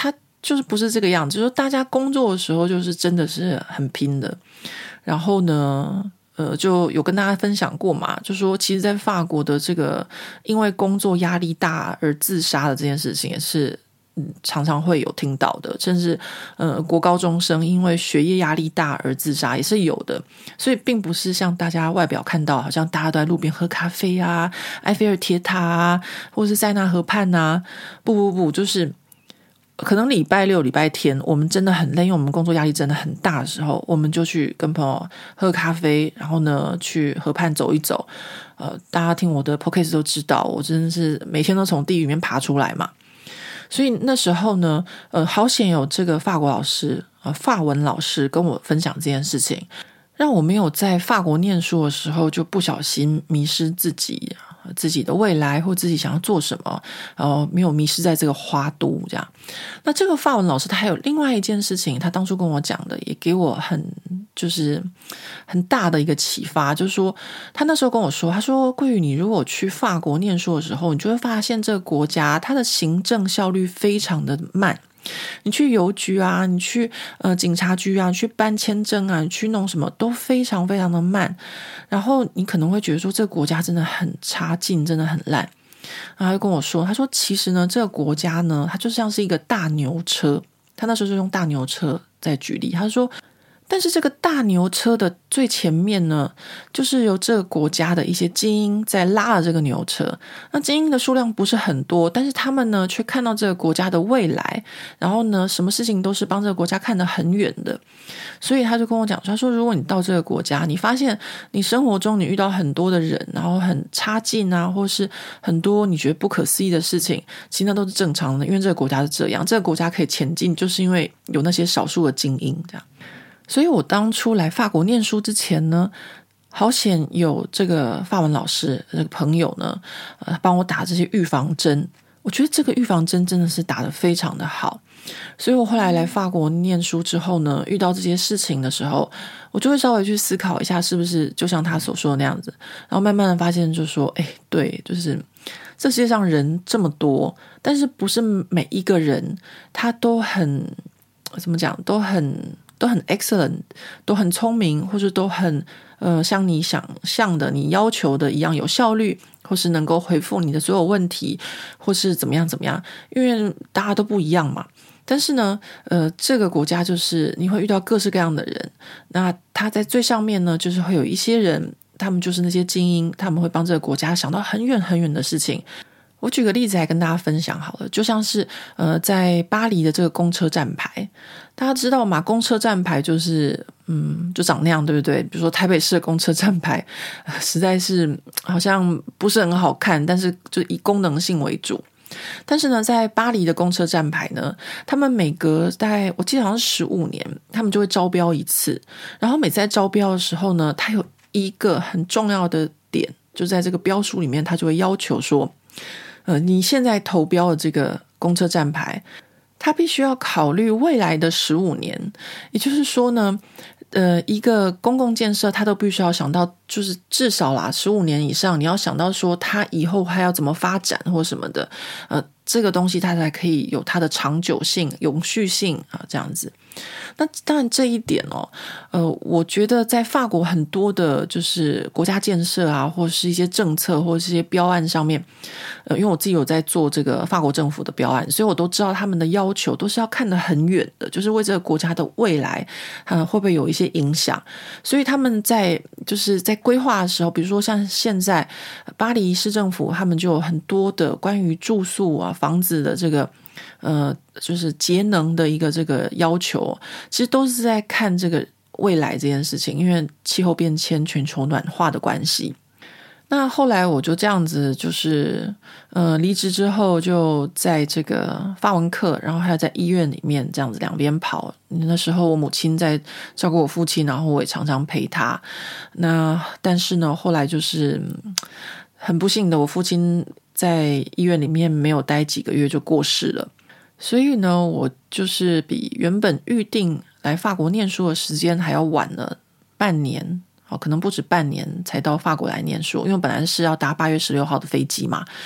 就是不是这个样子，就是大家工作的时候就是真的是很拼的。然后呢呃，就有跟大家分享过嘛，就说其实在法国的这个因为工作压力大而自杀的这件事情也是嗯，常常会有听到的，甚至呃，国高中生因为学业压力大而自杀也是有的，所以并不是像大家外表看到，好像大家都在路边喝咖啡啊、埃菲尔铁塔啊，或是塞纳河畔啊，不不不，就是可能礼拜六、礼拜天我们真的很累，因为我们工作压力真的很大的时候，我们就去跟朋友喝咖啡，然后呢去河畔走一走。呃，大家听我的 podcast 都知道，我真的是每天都从地狱里面爬出来嘛。所以那时候呢，呃，好险有这个法国老师，呃，法文老师跟我分享这件事情，让我没有在法国念书的时候就不小心迷失自己。自己的未来或自己想要做什么，然后没有迷失在这个花都这样。那这个法文老师他还有另外一件事情，他当初跟我讲的也给我很就是很大的一个启发，就是说他那时候跟我说，他说桂宇，你如果去法国念书的时候，你就会发现这个国家它的行政效率非常的慢。你去邮局啊，你去呃警察局啊，你去办签证啊，你去弄什么都非常非常的慢，然后你可能会觉得说这个国家真的很差劲，真的很烂。然后他就跟我说，他说其实呢这个国家呢它就像是一个大牛车，他那时候就用大牛车在举例，他说但是这个大牛车的最前面呢，就是由这个国家的一些精英在拉了这个牛车。那精英的数量不是很多，但是他们呢却看到这个国家的未来，然后呢什么事情都是帮这个国家看得很远的。所以他就跟我讲，他说如果你到这个国家，你发现你生活中你遇到很多的人，然后很差劲啊，或是很多你觉得不可思议的事情，其实那都是正常的，因为这个国家是这样，这个国家可以前进，就是因为有那些少数的精英这样。所以我当初来法国念书之前呢，好险有这个法文老师这个朋友呢，呃，帮我打这些预防针。我觉得这个预防针真的是打得非常的好。所以我后来来法国念书之后呢，遇到这些事情的时候，我就会稍微去思考一下，是不是就像他所说的那样子，然后慢慢的发现就说，哎，对，就是这世界上人这么多，但是不是每一个人他都很怎么讲，都很都很 excellent， 都很聪明，或者都很呃像你想象的、你要求的一样有效率，或是能够回复你的所有问题，或是怎么样怎么样，因为大家都不一样嘛。但是呢，呃，这个国家就是你会遇到各式各样的人，那他在最上面呢，就是会有一些人，他们就是那些精英，他们会帮这个国家想到很远很远的事情。我举个例子来跟大家分享好了，就像是呃，在巴黎的这个公车站牌，大家知道吗？公车站牌就是嗯，就长那样，对不对？比如说台北市的公车站牌，呃、实在是好像不是很好看，但是就以功能性为主。但是呢，在巴黎的公车站牌呢，他们每隔大概我记得好像是十五年，他们就会招标一次。然后每次在招标的时候呢，它有一个很重要的点，就在这个标书里面，它就会要求说，呃，你现在投标的这个公车站牌，它必须要考虑未来的十五年。也就是说呢，呃，一个公共建设，它都必须要想到，就是至少啦，十五年以上，你要想到说，它以后还要怎么发展或什么的，呃，这个东西它才可以有它的长久性、永续性啊，这样子。那当然这一点哦，呃，我觉得在法国很多的就是国家建设啊，或是一些政策或是一些标案上面，呃，因为我自己有在做这个法国政府的标案，所以我都知道他们的要求都是要看得很远的，就是为这个国家的未来，呃，会不会有一些影响。所以他们在就是在规划的时候，比如说像现在巴黎市政府，他们就有很多的关于住宿啊、房子的这个。呃，就是节能的一个这个要求，其实都是在看这个未来这件事情，因为气候变迁、全球暖化的关系。那后来我就这样子，就是呃离职之后，就在这个法文课，然后还有在医院里面这样子两边跑。那时候我母亲在照顾我父亲，然后我也常常陪他。那但是呢，后来就是很不幸的，我父亲在医院里面没有待几个月就过世了。所以呢，我就是比原本预定来法国念书的时间还要晚了半年，可能不止半年才到法国来念书，因为本来是要搭八月十六号的飞机嘛。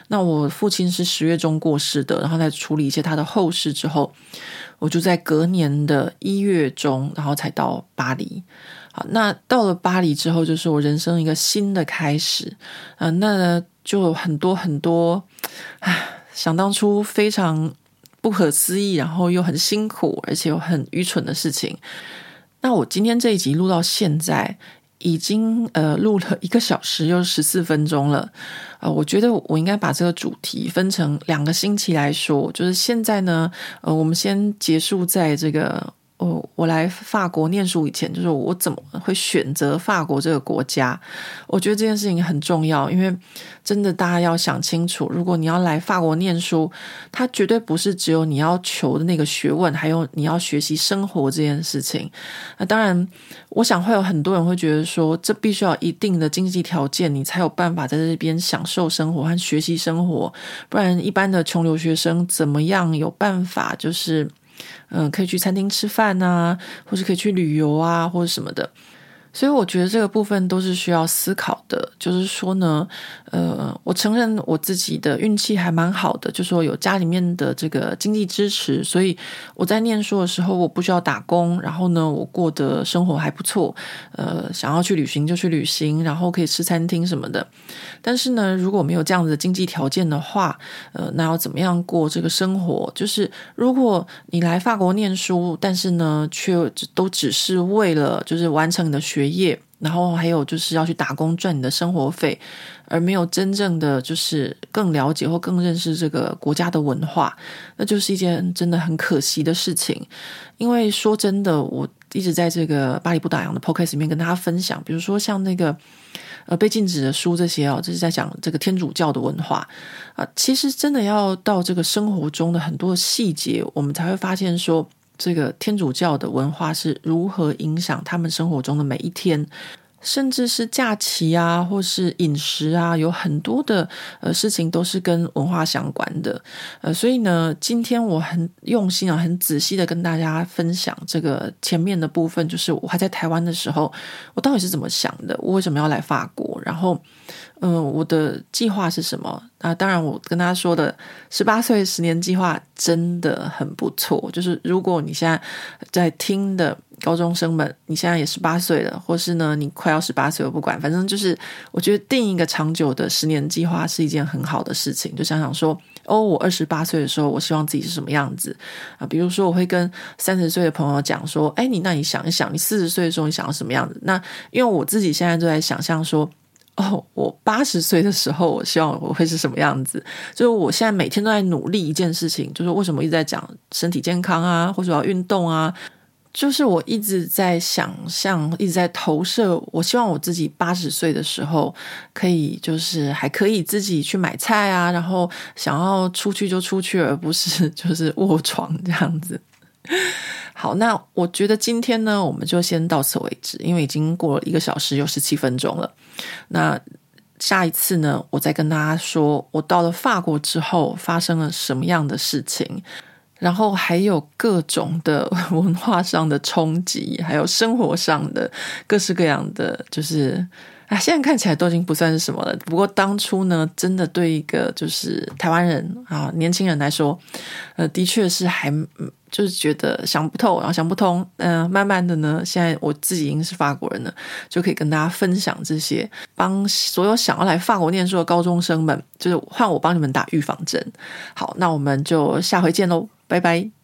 那我父亲是十月中过世的，然后在处理一些他的后事之后，我就在隔年的一月中，然后才到巴黎。好，那到了巴黎之后，就是我人生一个新的开始。呃，那就有很多很多，唉，想当初非常不可思议，然后又很辛苦，而且又很愚蠢的事情。那我今天这一集录到现在，已经呃录了一个小时又十四分钟了。呃，我觉得我应该把这个主题分成两个星期来说，就是现在呢，呃，我们先结束在这个。哦，我来法国念书以前，就是我怎么会选择法国这个国家？我觉得这件事情很重要，因为真的大家要想清楚，如果你要来法国念书，它绝对不是只有你要求的那个学问，还有你要学习生活这件事情。那当然，我想会有很多人会觉得说，这必须要有一定的经济条件，你才有办法在这边享受生活和学习生活，不然一般的穷留学生怎么样有办法就是。嗯，可以去餐厅吃饭啊，或是可以去旅游啊，或者什么的。所以我觉得这个部分都是需要思考的，就是说呢，呃，我承认我自己的运气还蛮好的，就是说有家里面的这个经济支持，所以我在念书的时候我不需要打工，然后呢，我过的生活还不错，呃，想要去旅行就去旅行，然后可以吃餐厅什么的。但是呢，如果没有这样子的经济条件的话，呃，那要怎么样过这个生活？就是如果你来法国念书，但是呢，却都只是为了就是完成你的学业，然后还有就是要去打工赚你的生活费，而没有真正的就是更了解或更认识这个国家的文化，那就是一件真的很可惜的事情。因为说真的，我一直在这个巴黎不打烊的 podcast 里面跟大家分享，比如说像那个呃被禁止的书这些哦，这是在讲这个天主教的文化啊、呃。其实真的要到这个生活中的很多细节，我们才会发现说，这个天主教的文化是如何影响他们生活中的每一天。甚至是假期啊，或是饮食啊，有很多的呃事情都是跟文化相关的。呃，所以呢，今天我很用心啊，很仔细的跟大家分享这个前面的部分，就是我还在台湾的时候，我到底是怎么想的？我为什么要来法国？然后，嗯、呃，我的计划是什么？啊，当然，我跟大家说的十八岁十年计划真的很不错。就是如果你现在在听的高中生们，你现在也十八岁了，或是呢你快要十八岁，我不管，反正就是我觉得定一个长久的十年计划是一件很好的事情。就想想说，哦，我二十八岁的时候，我希望自己是什么样子啊？比如说，我会跟三十岁的朋友讲说，哎，你那你想一想，你四十岁的时候你想要什么样子？那因为我自己现在就在想象说。哦，我八十岁的时候，我希望我会是什么样子？就是我现在每天都在努力一件事情，就是为什么一直在讲身体健康啊，或者要运动啊，就是我一直在想象，一直在投射。我希望我自己八十岁的时候，可以就是还可以自己去买菜啊，然后想要出去就出去，而不是就是卧床这样子。好，那我觉得今天呢，我们就先到此为止，因为已经过了一个小时又十七分钟了。那下一次呢，我再跟大家说，我到了法国之后发生了什么样的事情，然后还有各种的文化上的冲击，还有生活上的各式各样的，就是啊，现在看起来都已经不算是什么了。不过当初呢，真的对一个就是台湾人啊年轻人来说，呃，的确是还就是觉得想不透，然后想不通。嗯、呃，慢慢的呢，现在我自己已经是法国人了，就可以跟大家分享这些，帮所有想要来法国念书的高中生们，就是换我帮你们打预防针。好，那我们就下回见喽，拜拜。